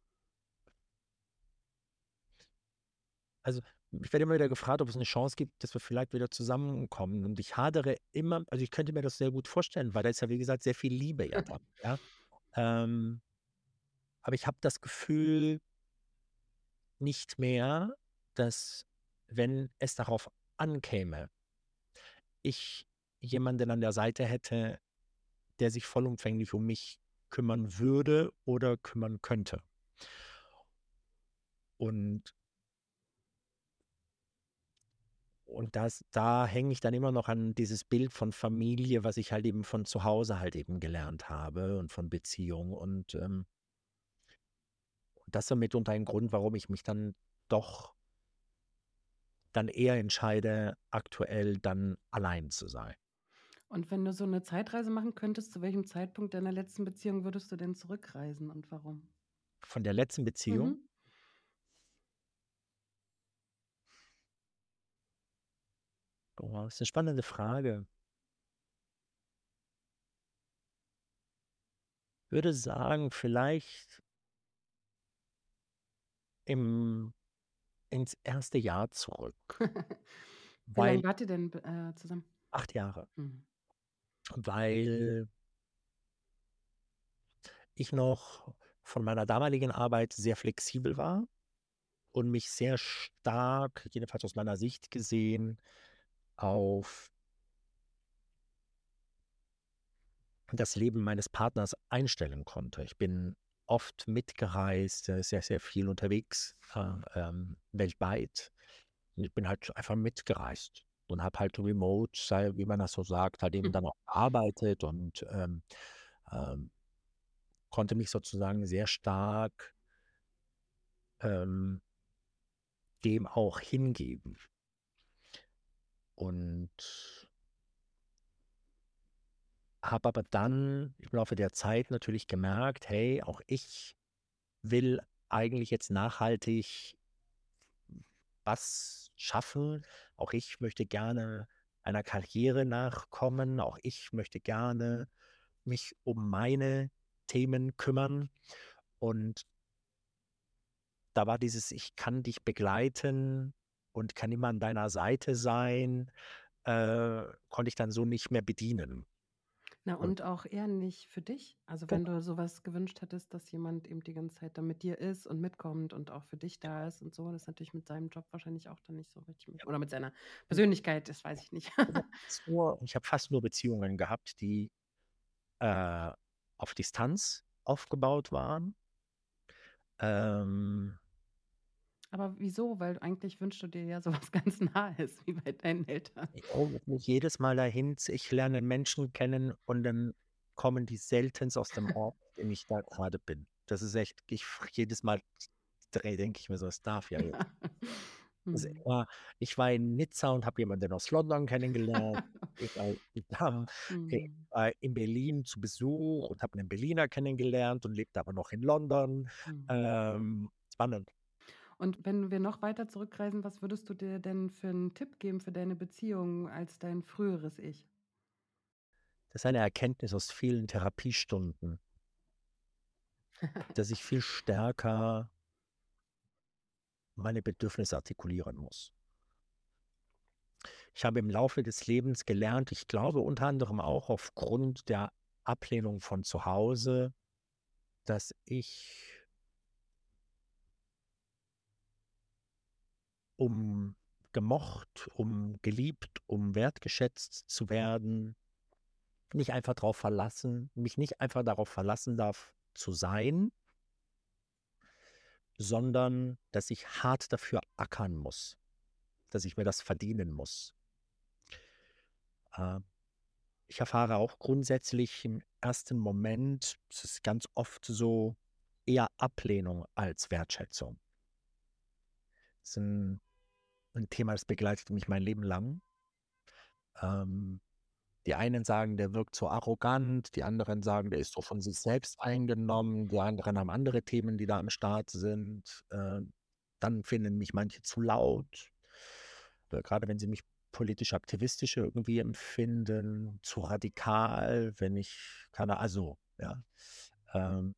[SPEAKER 2] Also, ich werde immer wieder gefragt, ob es eine Chance gibt, dass wir vielleicht wieder zusammenkommen. Und ich hadere immer, also, ich könnte mir das sehr gut vorstellen, weil da ist ja, wie gesagt, sehr viel Liebe ja da, ja? Ähm, aber ich habe das Gefühl nicht mehr, dass, wenn es darauf ankäme, ich jemanden an der Seite hätte, der sich vollumfänglich um mich kümmern würde oder kümmern könnte. Und Und da hänge ich dann immer noch an dieses Bild von Familie, was ich halt eben von zu Hause halt eben gelernt habe und von Beziehung. Und das ist so mitunter ein Grund, warum ich mich dann doch dann eher entscheide, aktuell dann allein zu sein.
[SPEAKER 1] Und wenn du so eine Zeitreise machen könntest, zu welchem Zeitpunkt deiner letzten Beziehung würdest du denn zurückreisen und warum?
[SPEAKER 2] Von der letzten Beziehung,
[SPEAKER 1] Mhm.
[SPEAKER 2] oh, das ist eine spannende Frage. Würde sagen, vielleicht im, ins erste Jahr zurück,
[SPEAKER 1] Wie lange
[SPEAKER 2] weil
[SPEAKER 1] wart ihr denn zusammen?
[SPEAKER 2] 8 Jahre,
[SPEAKER 1] Mhm.
[SPEAKER 2] weil ich noch von meiner damaligen Arbeit sehr flexibel war und mich sehr stark, jedenfalls aus meiner Sicht gesehen, auf das Leben meines Partners einstellen konnte. Ich bin oft mitgereist, sehr, sehr viel unterwegs, weltweit. Und ich bin halt einfach mitgereist und habe halt remote, wie man das so sagt, halt eben dann auch gearbeitet und ähm, konnte mich sozusagen sehr stark ähm, dem auch hingeben. Und habe aber dann im Laufe der Zeit natürlich gemerkt, hey, auch ich will eigentlich jetzt nachhaltig was schaffen. Auch ich möchte gerne einer Karriere nachkommen. Auch ich möchte gerne mich um meine Themen kümmern. Und da war dieses, ich kann dich begleiten und kann immer an deiner Seite sein, konnte ich dann so nicht mehr bedienen.
[SPEAKER 1] Na,
[SPEAKER 2] Und
[SPEAKER 1] und auch eher nicht für dich? Also, wenn
[SPEAKER 2] genau,
[SPEAKER 1] du so was gewünscht hättest, dass jemand eben die ganze Zeit da mit dir ist und mitkommt und auch für dich da ist und so, das ist natürlich mit seinem Job wahrscheinlich auch dann nicht so richtig möglich oder mit seiner Persönlichkeit, das weiß ich nicht.
[SPEAKER 2] ich habe fast nur Beziehungen gehabt, die äh, auf Distanz aufgebaut waren. Ähm,
[SPEAKER 1] Aber wieso? Weil eigentlich wünschst du dir ja so was ganz Nahes wie bei deinen Eltern.
[SPEAKER 2] Nicht jedes Mal dahin, ich lerne Menschen kennen und dann kommen die seltenst aus dem Ort, in dem ich da gerade bin. Das ist echt, jedes Mal denke ich mir so, es darf ja jetzt.
[SPEAKER 1] Ja.
[SPEAKER 2] Also
[SPEAKER 1] Mhm.
[SPEAKER 2] ich war in Nizza und habe jemanden aus London kennengelernt. Ich
[SPEAKER 1] Mhm.
[SPEAKER 2] war in Berlin zu Besuch und habe einen Berliner kennengelernt und lebte aber noch in London.
[SPEAKER 1] Mhm.
[SPEAKER 2] Spannend.
[SPEAKER 1] Und wenn wir noch weiter zurückreisen, was würdest du dir denn für einen Tipp geben für deine Beziehung als dein früheres Ich?
[SPEAKER 2] Das ist eine Erkenntnis aus vielen Therapiestunden, dass ich viel stärker meine Bedürfnisse artikulieren muss. Ich habe im Laufe des Lebens gelernt, ich glaube unter anderem auch aufgrund der Ablehnung von zu Hause, dass ich, um gemocht, um geliebt, um wertgeschätzt zu werden, mich nicht einfach darauf verlassen darf zu sein, sondern dass ich hart dafür ackern muss, dass ich mir das verdienen muss. Äh, Ich erfahre auch grundsätzlich im ersten Moment, es ist ganz oft so, eher Ablehnung als Wertschätzung. Das ist ein Thema, das begleitet mich mein Leben lang. Ähm, Die einen sagen, der wirkt so arrogant, die anderen sagen, der ist so von sich selbst eingenommen, die anderen haben andere Themen, die da am Start sind. Dann finden mich manche zu laut, gerade wenn sie mich politisch aktivistisch irgendwie empfinden, zu radikal, wenn ich kann, also, ja. Ähm,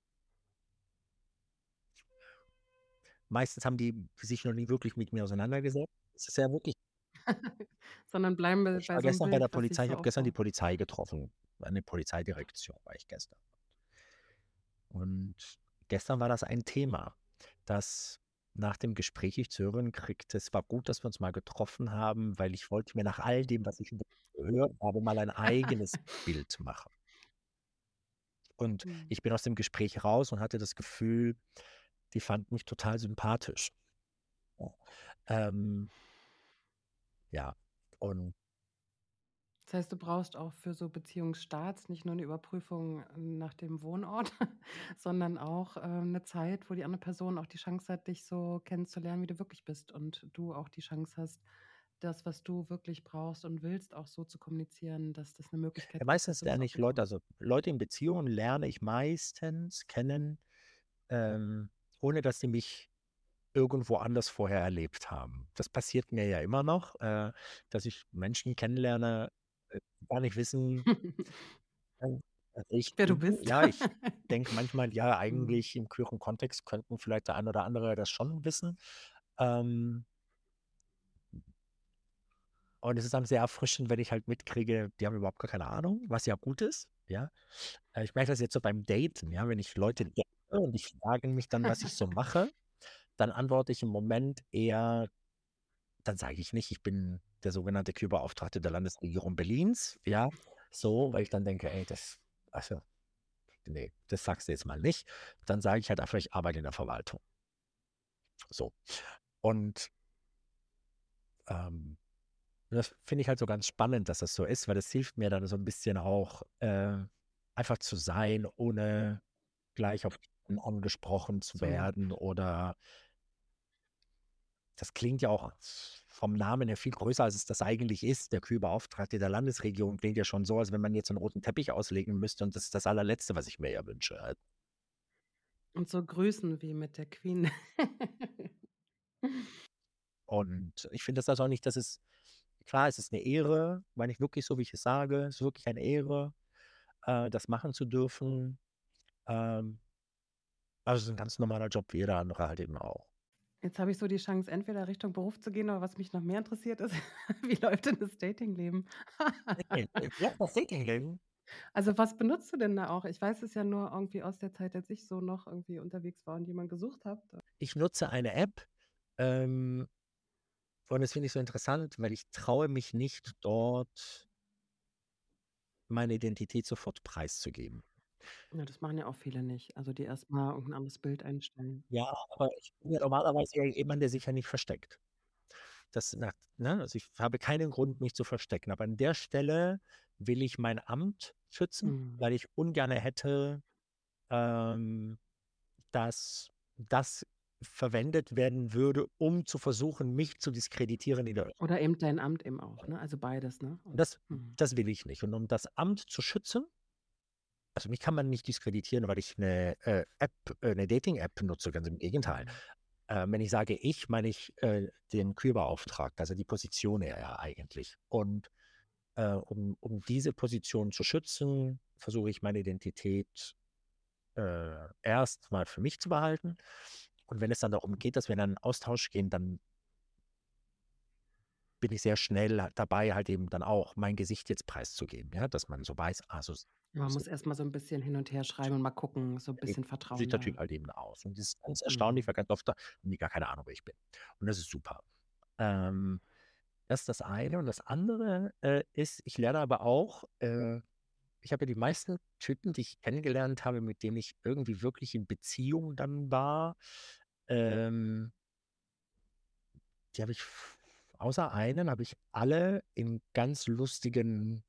[SPEAKER 2] Meistens haben die sich noch nie wirklich mit mir auseinandergesetzt. Es ist ja wirklich,
[SPEAKER 1] Sondern bleiben wir
[SPEAKER 2] ich
[SPEAKER 1] bei
[SPEAKER 2] war
[SPEAKER 1] so 'nem
[SPEAKER 2] gestern bei der
[SPEAKER 1] Bild, was sich
[SPEAKER 2] Polizei, ich
[SPEAKER 1] so
[SPEAKER 2] habe gestern die
[SPEAKER 1] aufbaut.
[SPEAKER 2] Polizei getroffen, eine Polizeidirektion war ich gestern. Und gestern war das ein Thema, das nach dem Gespräch ich zu hören kriegte, es war gut, dass wir uns mal getroffen haben, weil ich wollte mir nach all dem, was ich gehört habe, mal ein eigenes Bild machen. Und
[SPEAKER 1] Mhm.
[SPEAKER 2] ich bin aus dem Gespräch raus und hatte das Gefühl, die fand mich total sympathisch. Ja. Ähm, ja. Und
[SPEAKER 1] Das heißt, du brauchst auch für so Beziehungsstarts nicht nur 'ne Überprüfung nach dem Wohnort, sondern auch, 'ne Zeit, wo die andere Person auch die Chance hat, dich so kennenzulernen, wie du wirklich bist und du auch die Chance hast, das, was du wirklich brauchst und willst, auch so zu kommunizieren, dass das 'ne
[SPEAKER 2] ja,
[SPEAKER 1] Möglichkeit gibt, dass
[SPEAKER 2] meistens
[SPEAKER 1] du das
[SPEAKER 2] lerne
[SPEAKER 1] auch
[SPEAKER 2] ich Leute,
[SPEAKER 1] bekommst.
[SPEAKER 2] also Leute in Beziehungen lerne ich meistens kennen, ähm, ohne dass sie mich irgendwo anders vorher erlebt haben. Das passiert mir ja immer noch, dass ich Menschen kennenlerne, die gar nicht wissen, ähm, wer ich
[SPEAKER 1] Wer du
[SPEAKER 2] bin.
[SPEAKER 1] bist.
[SPEAKER 2] Ja, ich denke manchmal, ja,
[SPEAKER 1] Mhm.
[SPEAKER 2] eigentlich im queeren Kontext könnten vielleicht der ein oder andere das schon wissen. Ähm, und es ist dann sehr erfrischend, wenn ich halt mitkriege, die haben überhaupt gar keine Ahnung, was ja gut ist, ja. Ich merke das jetzt so beim Daten, ja, wenn ich Leute date und die fragen mich dann, was ich so mache, dann antworte ich im Moment eher. Dann sage ich nicht, ich bin der sogenannte Queerbeauftragte der Landesregierung Berlins, ja, so, weil ich dann denke: „Ey, also, ne, das sagst du jetzt mal nicht.“ Dann sage ich halt einfach, ich arbeite in der Verwaltung, so. Und, ähm, das finde ich halt so ganz spannend, dass das so ist, weil das hilft mir dann so ein bisschen auch, einfach zu sein, ohne gleich auf angesprochen zu
[SPEAKER 1] So.
[SPEAKER 2] werden oder das klingt ja auch vom Namen her viel größer, als es das eigentlich ist. Der Kühlbeauftragte der Landesregierung klingt ja schon so, als wenn man jetzt einen roten Teppich auslegen müsste und das ist das Allerletzte, was ich mir ja wünsche halt.
[SPEAKER 1] Und so grüßen wie mit der Queen.
[SPEAKER 2] Und ich finde das also auch nicht, dass es klar, es ist eine Ehre, meine ich wirklich so, wie ich es sage. Es ist wirklich eine Ehre, das machen zu dürfen. Ähm, also, es ist ein ganz normaler Job wie jeder andere halt eben auch.
[SPEAKER 1] Jetzt habe ich so die Chance, entweder Richtung Beruf zu gehen, aber was mich noch mehr interessiert ist, wie läuft denn das Datingleben?
[SPEAKER 2] Ja, das Datingleben.
[SPEAKER 1] Also, was benutzt du denn da auch? Ich weiß es ja nur irgendwie aus der Zeit, als ich so noch irgendwie unterwegs war und jemanden gesucht habe.
[SPEAKER 2] Ich nutze eine App, ähm, und das finde ich so interessant, weil ich traue mich nicht, dort meine Identität sofort preiszugeben.
[SPEAKER 1] Ja, das machen ja auch viele nicht. Also, die erst mal irgend 'n anderes Bild einstellen.
[SPEAKER 2] Ja, aber ich bin ja normalerweise ja jemand, der sich ja nicht versteckt. Das na ne, also, ich habe keinen Grund, mich zu verstecken. Aber an der Stelle will ich mein Amt schützen,
[SPEAKER 1] Mhm.
[SPEAKER 2] weil ich ungerne hätte, ähm, dass das verwendet werden würde, um zu versuchen, mich zu diskreditieren in der
[SPEAKER 1] Oder eben dein Amt eben auch, ne? Also, beides, ne?
[SPEAKER 2] Und das
[SPEAKER 1] Mhm.
[SPEAKER 2] das will ich nicht. Und um das Amt zu schützen, also, mich kann man nicht diskreditieren, weil ich 'ne Dating-App nutze, ganz im Gegenteil.
[SPEAKER 1] Mhm.
[SPEAKER 2] Wenn ich sage ich, meine ich, den Queerbeauftragten, also die Position ja eigentlich. Und, um diese Position zu schützen, versuche ich meine Identität, erst mal für mich zu behalten. Und wenn es dann darum geht, dass wir in einen Austausch gehen, dann bin ich sehr schnell dabei, halt eben dann auch mein Gesicht jetzt preiszugeben, ja, dass man so weiß, so
[SPEAKER 1] Man
[SPEAKER 2] so
[SPEAKER 1] muss erst mal so 'n bisschen hin und her schreiben und mal gucken, so 'n bisschen Vertrauen
[SPEAKER 2] sieht der Typ
[SPEAKER 1] da.
[SPEAKER 2] halt eben aus. Und das ist ganz erstaunlich,
[SPEAKER 1] Mhm.
[SPEAKER 2] weil ganz oft da haben die gar keine Ahnung, wer ich bin. Und das ist super. Ähm, Das ist das eine. Und das andere, ist, ich lerne aber auch ich habe ja die meisten Typen, die ich kennengelernt habe, mit denen ich irgendwie wirklich in Beziehung dann war, ähm, die habe ich außer einen habe ich alle in ganz lustigen,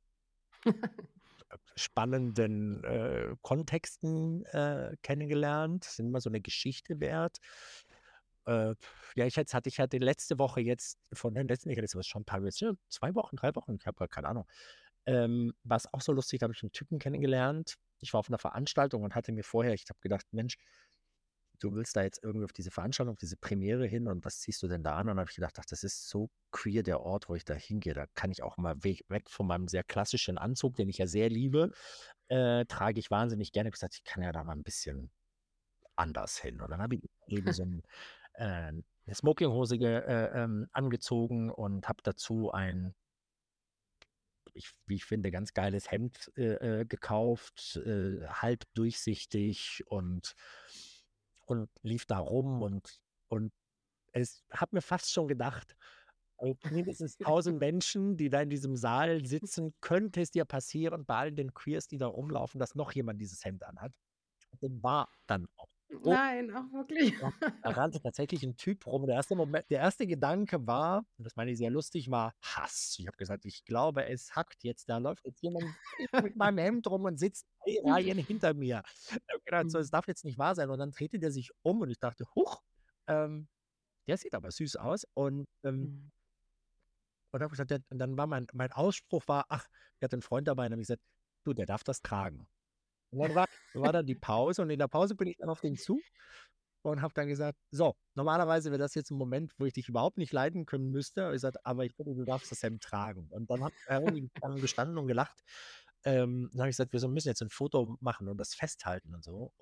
[SPEAKER 2] spannenden, Kontexten, kennengelernt. Sind immer so eine Geschichte wert. Äh, ja, ich hatte letzte Woche jetzt von der letzten, ich hatte das schon ein paar jetzt, ja, 2 Wochen, 3 Wochen, ich habe halt keine Ahnung. War's auch so lustig, da habe ich einen Typen kennengelernt. Ich war auf einer Veranstaltung und hatte mir vorher ich habe gedacht: „Mensch, du willst da jetzt irgendwie auf diese Veranstaltung, auf diese Premiere hin und was ziehst du denn da an?“ Und dann habe ich gedacht: „Ach, das ist so queer, der Ort, wo ich da hingehe. Da kann ich auch mal weg von meinem sehr klassischen Anzug, den ich ja sehr liebe, trage ich wahnsinnig gerne.“ Ich habe gesagt: „Ich kann ja da mal ein bisschen anders hin.“ Und dann habe ich eben so 'ne Smokinghose angezogen und habe dazu ein, wie ich finde, ganz geiles Hemd, gekauft, halb durchsichtig und lief da rum und es habe mir fast schon gedacht, mindestens 1.000 Menschen, die da in diesem Saal sitzen, könnte es dir passieren bei all den Queers, die da rumlaufen, dass noch jemand dieses Hemd anhat. Dem war dann auch. Oh,
[SPEAKER 1] Nein, auch wirklich?
[SPEAKER 2] ja, da rannte tatsächlich ein Typ rum. Der erste Gedanke war, und das meine ich sehr lustig, war Hass. Ich habe gesagt: „Ich glaube, es hackt jetzt. Da läuft jetzt jemand mit meinem Hemd rum und sitzt 3 Reihen hinter mir.“ Ich habe gedacht: „So,
[SPEAKER 1] Mhm.
[SPEAKER 2] das darf jetzt nicht wahr sein.“ Und dann drehte der sich um und ich dachte: „Huch, ähm, der sieht aber süß aus.“
[SPEAKER 1] Mhm.
[SPEAKER 2] Und habe gesagt, und dann war mein Ausspruch war, ach, ich hatte einen Freund dabei, und dann habe ich gesagt: „Du, der darf das tragen.“ Und dann war dann die Pause und in der Pause bin ich dann auf den zu und habe dann gesagt: „So, normalerweise wäre das jetzt ein Moment, wo ich dich überhaupt nicht leiden können müsste.“ Ich gesagt: „Aber ich finde, du darfst das Hemd tragen.“ Und dann hat er irgendwie dann gestanden und gelacht. Dann habe ich gesagt: „Wir müssen jetzt ein Foto machen und das festhalten und so.“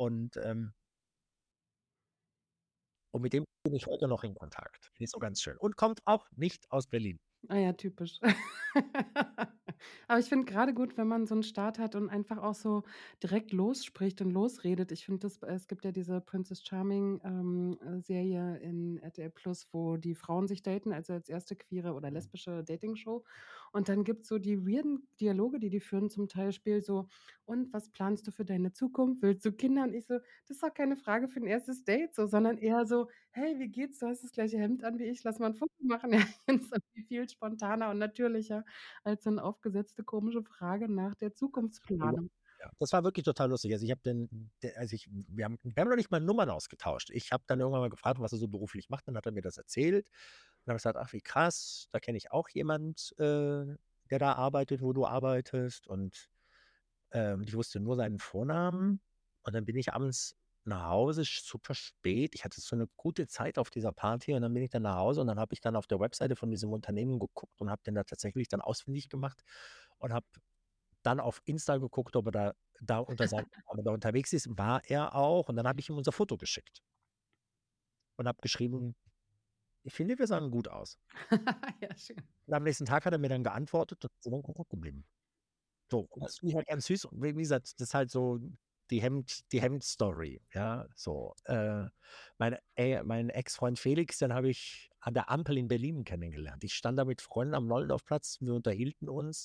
[SPEAKER 2] Und mit dem bin ich heute noch in Kontakt. Finde ich so ganz schön und kommt auch nicht aus Berlin.
[SPEAKER 1] Ah ja, typisch. Aber ich finde grade gut, wenn man so 'n Start hat und einfach auch so direkt losspricht und losredet. Ich finde das es gibt ja diese Princess Charming, Serie in RTL Plus, wo die Frauen sich daten, also als erste queere oder lesbische Dating-Show. Und dann gibt's so die weirden Dialoge, die führen zum Teil Spiel so: „Und was planst du für deine Zukunft? Willst du Kinder?“ Und ich so: „Das ist doch keine Frage für 'n erstes Date so“, sondern eher so: „Hey, wie geht's? Du hast das gleiche Hemd an wie ich. Lass mal 'n Foto machen.“ Ja, ist irgendwie viel spontaner und natürlicher als so 'ne aufgesetzte komische Frage nach der Zukunftsplanung.
[SPEAKER 2] Ja, das war wirklich total lustig. Also, ich habe den de also, ich wir haben noch nicht mal Nummern ausgetauscht. Ich habe dann irgendwann mal gefragt, was er so beruflich macht. Dann hat er mir das erzählt. Dann habe ich gesagt: „Ach, wie krass, da kenne ich auch jemand, der da arbeitet, wo du arbeitest.“ Ich wusste nur seinen Vornamen. Und dann bin ich abends nach Hause, super spät. Ich hatte so eine gute Zeit auf dieser Party und dann bin ich dann nach Hause und dann habe ich dann auf der Webseite von diesem Unternehmen geguckt und habe den da tatsächlich dann ausfindig gemacht und habe dann auf Insta geguckt, ob er da unterwegs ist. War er auch. Und dann habe ich ihm unser Foto geschickt und habe geschrieben: „Ich finde, wir sahen gut aus.“
[SPEAKER 1] Ja, schön.
[SPEAKER 2] Und am nächsten Tag hat er mir dann geantwortet und ist in Kontakt geblieben. So, und das finde ich halt ganz süß. Und wie gesagt, das ist halt so die Hemd-Story, ja, so. Mein Ex-Freund Felix, den habe ich an der Ampel in Berlin kennengelernt. Ich stand da mit Freunden am Nollendorfplatz, wir unterhielten uns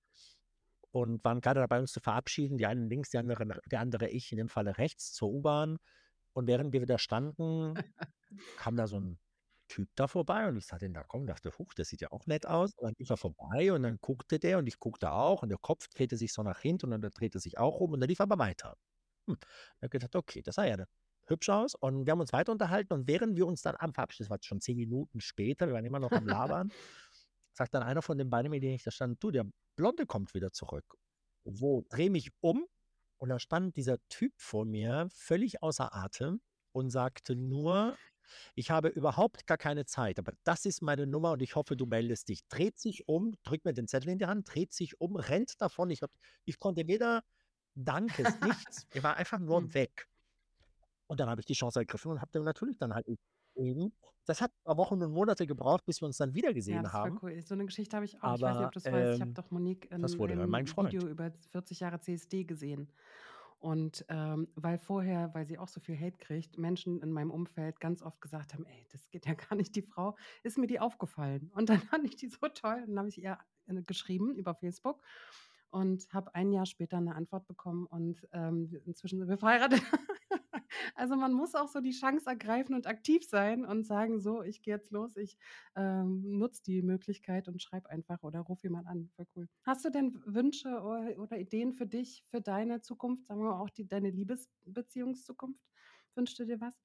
[SPEAKER 2] und waren gerade dabei, uns zu verabschieden. Die einen links, der andere ich, in dem Falle rechts zur U-Bahn. Und während wir da standen, kam da so ein Typ da vorbei und ich sah den da kommen und dachte: „Huch, der sieht ja auch nett aus.“ Und dann lief er vorbei und dann guckte der und ich guckte auch und der Kopf drehte sich so nach hinten und dann der drehte sich auch um und der lief aber weiter. Ich habe gedacht: „Okay, das sah ja hübsch aus.“ Und wir haben uns weiter unterhalten und während wir uns dann am Verabschieden, das war schon 10 Minuten später, wir waren immer noch am Labern, sagt dann einer von den beiden, mit denen ich da stand: „Du, der Blonde kommt wieder zurück.“ Wo? Drehe mich um und da stand dieser Typ vor mir, völlig außer Atem und sagte nur: „Ich habe überhaupt gar keine Zeit, aber das ist meine Nummer und ich hoffe, du meldest dich.“ Dreht sich um, drückt mir den Zettel in die Hand, dreht sich um, rennt davon. Ich konnte weder Dankes, nichts. Er war einfach nur
[SPEAKER 1] Mhm.
[SPEAKER 2] weg. Und dann habe ich die Chance ergriffen und habe den natürlich dann halt eben das hat ein paar Wochen und Monate gebraucht, bis wir uns dann
[SPEAKER 1] Ja,
[SPEAKER 2] wiedergesehen
[SPEAKER 1] das ist voll
[SPEAKER 2] haben,
[SPEAKER 1] cool. So 'ne Geschichte habe ich auch. Ich weiß nicht, ob
[SPEAKER 2] aber,
[SPEAKER 1] du's weißt, ich habe doch Monique
[SPEAKER 2] das
[SPEAKER 1] in
[SPEAKER 2] wurde dann mein
[SPEAKER 1] einem Video
[SPEAKER 2] Freund.
[SPEAKER 1] über 40 Jahre CSD gesehen. Und, weil sie auch so viel Hate kriegt, Menschen in meinem Umfeld ganz oft gesagt haben: „Ey, das geht ja gar nicht, die Frau“, ist mir die aufgefallen. Und dann fand ich die so toll und dann habe ich ihr, geschrieben über Facebook und habe ein Jahr später 'ne Antwort bekommen und, inzwischen sind wir verheiratet. Also, man muss auch so die Chance ergreifen und aktiv sein und sagen: „So, ich gehe jetzt los, ich, nutze die Möglichkeit und schreibe einfach oder ruf jemand an.“ Voll cool. Hast du denn Wünsche oder Ideen für dich, für deine Zukunft, sagen wir mal auch deine Liebesbeziehungszukunft? Wünschst du dir was?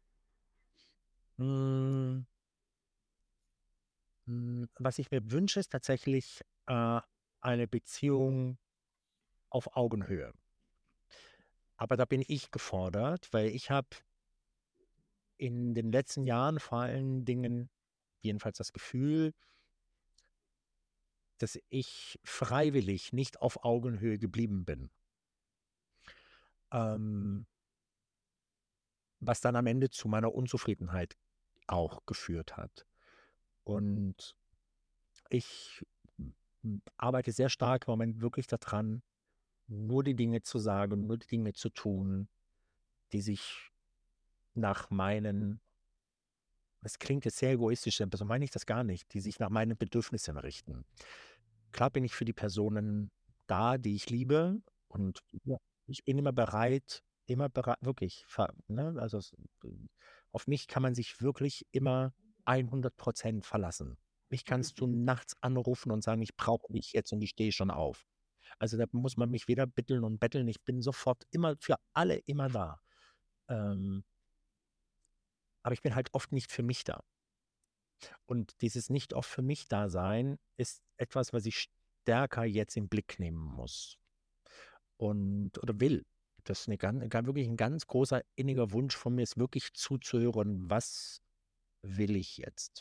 [SPEAKER 2] Hm, was ich mir wünsche, ist tatsächlich, eine Beziehung auf Augenhöhe. Aber da bin ich gefordert, weil ich habe in den letzten Jahren vor allen Dingen jedenfalls das Gefühl, dass ich freiwillig nicht auf Augenhöhe geblieben bin. Ähm, Was dann am Ende zu meiner Unzufriedenheit auch geführt hat. Und ich arbeite sehr stark im Moment wirklich daran, nur die Dinge zu sagen, nur die Dinge zu tun, die sich nach meinen, es klingt jetzt sehr egoistisch, aber so meine ich das gar nicht, die sich nach meinen Bedürfnissen richten. Klar bin ich für die Personen da, die ich liebe und ja, ich bin immer bereit, immer wirklich, ne? Also auf mich kann man sich wirklich immer 100% verlassen. Mich kannst du nachts anrufen und sagen, ich brauche dich jetzt und ich stehe schon auf. Also da muss man mich weder bitteln und betteln. Ich bin sofort immer für alle immer da. Ähm, aber ich bin halt oft nicht für mich da. Und dieses nicht oft für mich da sein ist etwas, was ich stärker jetzt in den Blick nehmen muss oder will. Das ist wirklich ein ganz großer inniger Wunsch von mir, ist wirklich zuzuhören, was will ich jetzt?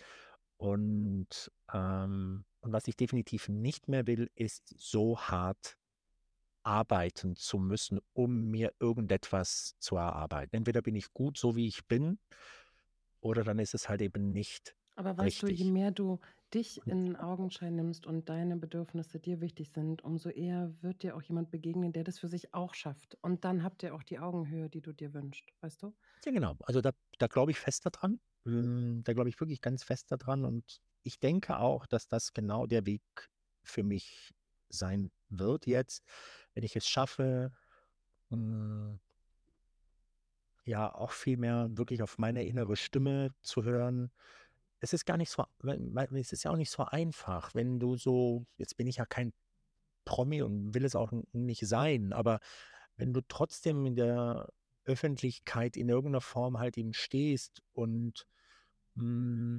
[SPEAKER 2] Und was ich definitiv nicht mehr will, ist so hart arbeiten zu müssen, um mir irgendetwas zu erarbeiten. Entweder bin ich gut, so wie ich bin, oder dann ist es halt eben nicht
[SPEAKER 1] Aber weißt du, je
[SPEAKER 2] richtig.
[SPEAKER 1] mehr du dich in Augenschein nimmst und deine Bedürfnisse dir wichtig sind, umso eher wird dir auch jemand begegnen, der das für sich auch schafft. Und dann habt ihr auch die Augenhöhe, die du dir wünschst, weißt du?
[SPEAKER 2] Ja, genau. Also da glaube ich fest daran. Da glaube ich wirklich ganz fest daran. Und ich denke auch, dass das genau der Weg für mich sein wird jetzt, wenn ich es schaffe, mm, ja, auch viel mehr wirklich auf meine innere Stimme zu hören. Es ist gar nicht so, es ist ja auch nicht so einfach, wenn du so, jetzt bin ich ja kein Promi und will es auch nicht sein, aber wenn du trotzdem in der Öffentlichkeit in irgendeiner Form halt eben stehst und mm,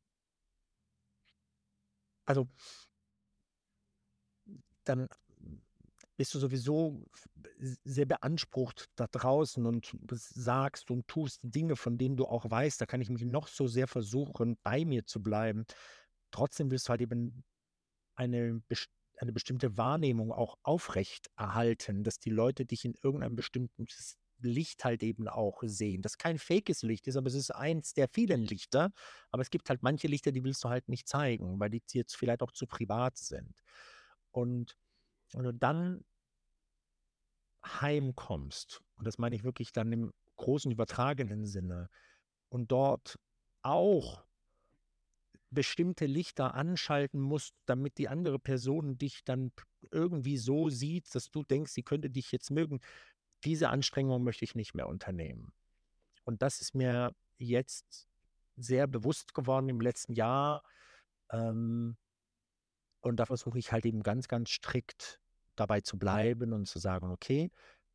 [SPEAKER 2] also dann bist du sowieso sehr beansprucht da draußen und sagst und tust Dinge, von denen du auch weißt, da kann ich mich noch so sehr versuchen, bei mir zu bleiben. Trotzdem willst du halt eben eine, eine bestimmte Wahrnehmung auch aufrecht erhalten, dass die Leute dich in irgendeinem bestimmten Licht halt eben auch sehen. Das kein fakes Licht ist, aber es ist eins der vielen Lichter. Aber es gibt halt manche Lichter, die willst du halt nicht zeigen, weil die jetzt vielleicht auch zu privat sind. Und wenn du dann heimkommst, und das meine ich wirklich dann im großen übertragenen Sinne, und dort auch bestimmte Lichter anschalten musst, damit die andere Person dich dann irgendwie so sieht, dass du denkst, sie könnte dich jetzt mögen. Diese Anstrengung möchte ich nicht mehr unternehmen. Und das ist mir jetzt sehr bewusst geworden im letzten Jahr. Ähm, und da versuche ich halt eben ganz, ganz strikt dabei zu bleiben und zu sagen, okay,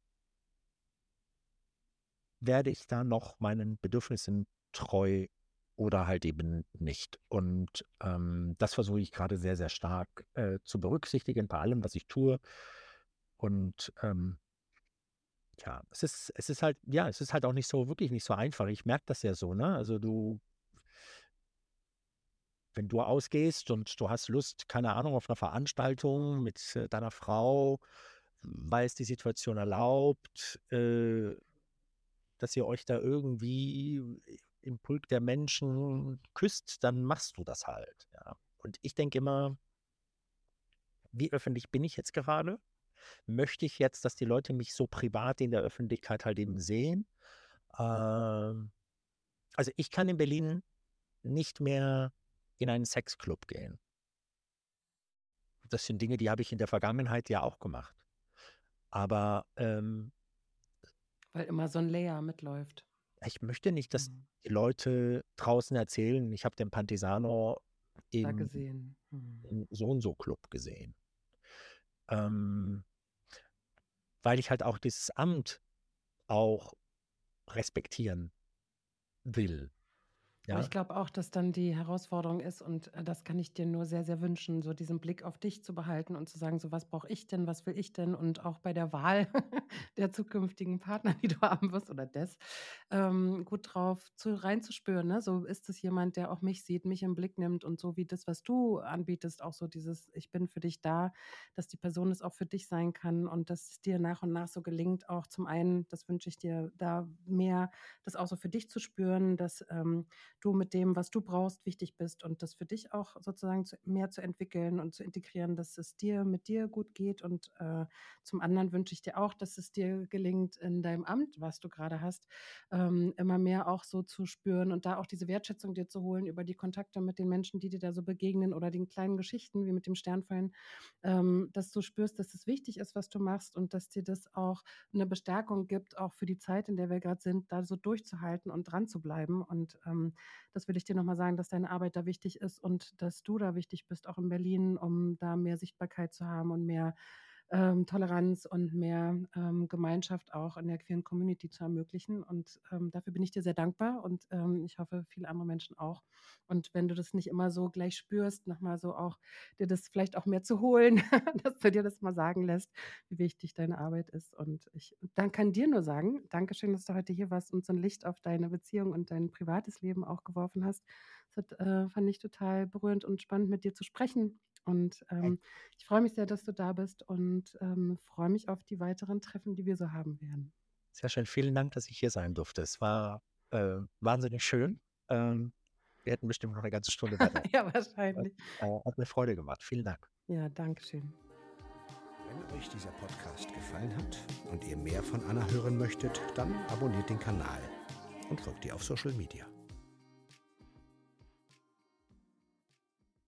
[SPEAKER 2] werde ich da noch meinen Bedürfnissen treu oder halt eben nicht. Und das versuche ich gerade sehr, sehr stark zu berücksichtigen bei allem, was ich tue. Und ja, es ist halt auch nicht so, wirklich nicht so einfach. Ich merke das ja so, ne? Also wenn du ausgehst und du hast Lust, keine Ahnung, auf einer Veranstaltung mit deiner Frau, weil es die Situation erlaubt, dass ihr euch da irgendwie im Pulk der Menschen küsst, dann machst du das halt. Ja. Und ich denke immer, wie öffentlich bin ich jetzt gerade? Möchte ich jetzt, dass die Leute mich so privat in der Öffentlichkeit halt eben sehen? Ähm, also ich kann in Berlin nicht mehr in einen Sexclub gehen. Das sind Dinge, die habe ich in der Vergangenheit ja auch gemacht. Aber
[SPEAKER 1] Weil immer so ein Layer mitläuft.
[SPEAKER 2] ich möchte nicht, dass
[SPEAKER 1] Mhm.
[SPEAKER 2] die Leute draußen erzählen, ich habe den Pantisano
[SPEAKER 1] Da
[SPEAKER 2] im
[SPEAKER 1] gesehen. Mhm.
[SPEAKER 2] so und so Club gesehen. Ähm, weil ich halt auch dieses Amt auch respektieren will.
[SPEAKER 1] Aber ich
[SPEAKER 2] Ja,
[SPEAKER 1] glaube auch, dass dann die Herausforderung ist und, das kann ich dir nur sehr, sehr wünschen, so diesen Blick auf dich zu behalten und zu sagen: „So, was brauche ich denn? Was will ich denn?“ Und auch bei der Wahl der zukünftigen Partner, die du haben wirst oder gut drauf reinzuspüren, ne? So, ist es jemand, der auch mich sieht, mich im Blick nimmt und so wie das, was du anbietest, auch so dieses: „Ich bin für dich da“, dass die Person es auch für dich sein kann und dass es dir nach und nach so gelingt, auch zum einen, das wünsche ich dir, da mehr das auch so für dich zu spüren, dass, du mit dem, was du brauchst, wichtig bist und das für dich auch sozusagen mehr zu entwickeln und zu integrieren, dass es dir mit dir gut geht. Und zum anderen wünsche ich dir auch, dass es dir gelingt, in deinem Amt, was du gerade hast, immer mehr auch so zu spüren und da auch diese Wertschätzung dir zu holen über die Kontakte mit den Menschen, die dir da so begegnen oder den kleinen Geschichten wie mit dem Sternfallen, dass du spürst, dass es wichtig ist, was du machst und dass dir das auch eine Bestärkung gibt, auch für die Zeit, in der wir gerade sind, da so durchzuhalten und dran zu bleiben. Und das will ich dir nochmal sagen, dass deine Arbeit da wichtig ist und dass du da wichtig bist, auch in Berlin, um da mehr Sichtbarkeit zu haben und mehr Toleranz und mehr Gemeinschaft auch in der queeren Community zu ermöglichen. Und dafür bin ich dir sehr dankbar und ich hoffe, viele andere Menschen auch. Und wenn du das nicht immer so gleich spürst, nochmal so auch dir das vielleicht auch mehr zu holen, dass du dir das mal sagen lässt, wie wichtig deine Arbeit ist. Und ich dann kann dir nur sagen, Dankeschön, dass du heute hier warst und so ein Licht auf deine Beziehung und dein privates Leben auch geworfen hast. Fand ich total berührend und spannend, mit dir zu sprechen. Und ich freue mich sehr, dass du da bist und freue mich auf die weiteren Treffen, die wir so haben werden.
[SPEAKER 2] Sehr schön. Vielen Dank, dass ich hier sein durfte. Es war wahnsinnig schön. Wir hätten bestimmt noch eine ganze Stunde weiter.
[SPEAKER 1] Ja, wahrscheinlich.
[SPEAKER 2] Hat mir Freude gemacht. Vielen Dank.
[SPEAKER 1] Ja, danke schön.
[SPEAKER 3] Wenn euch dieser Podcast gefallen hat und ihr mehr von Anna hören möchtet, dann abonniert den Kanal und folgt ihr auf Social Media.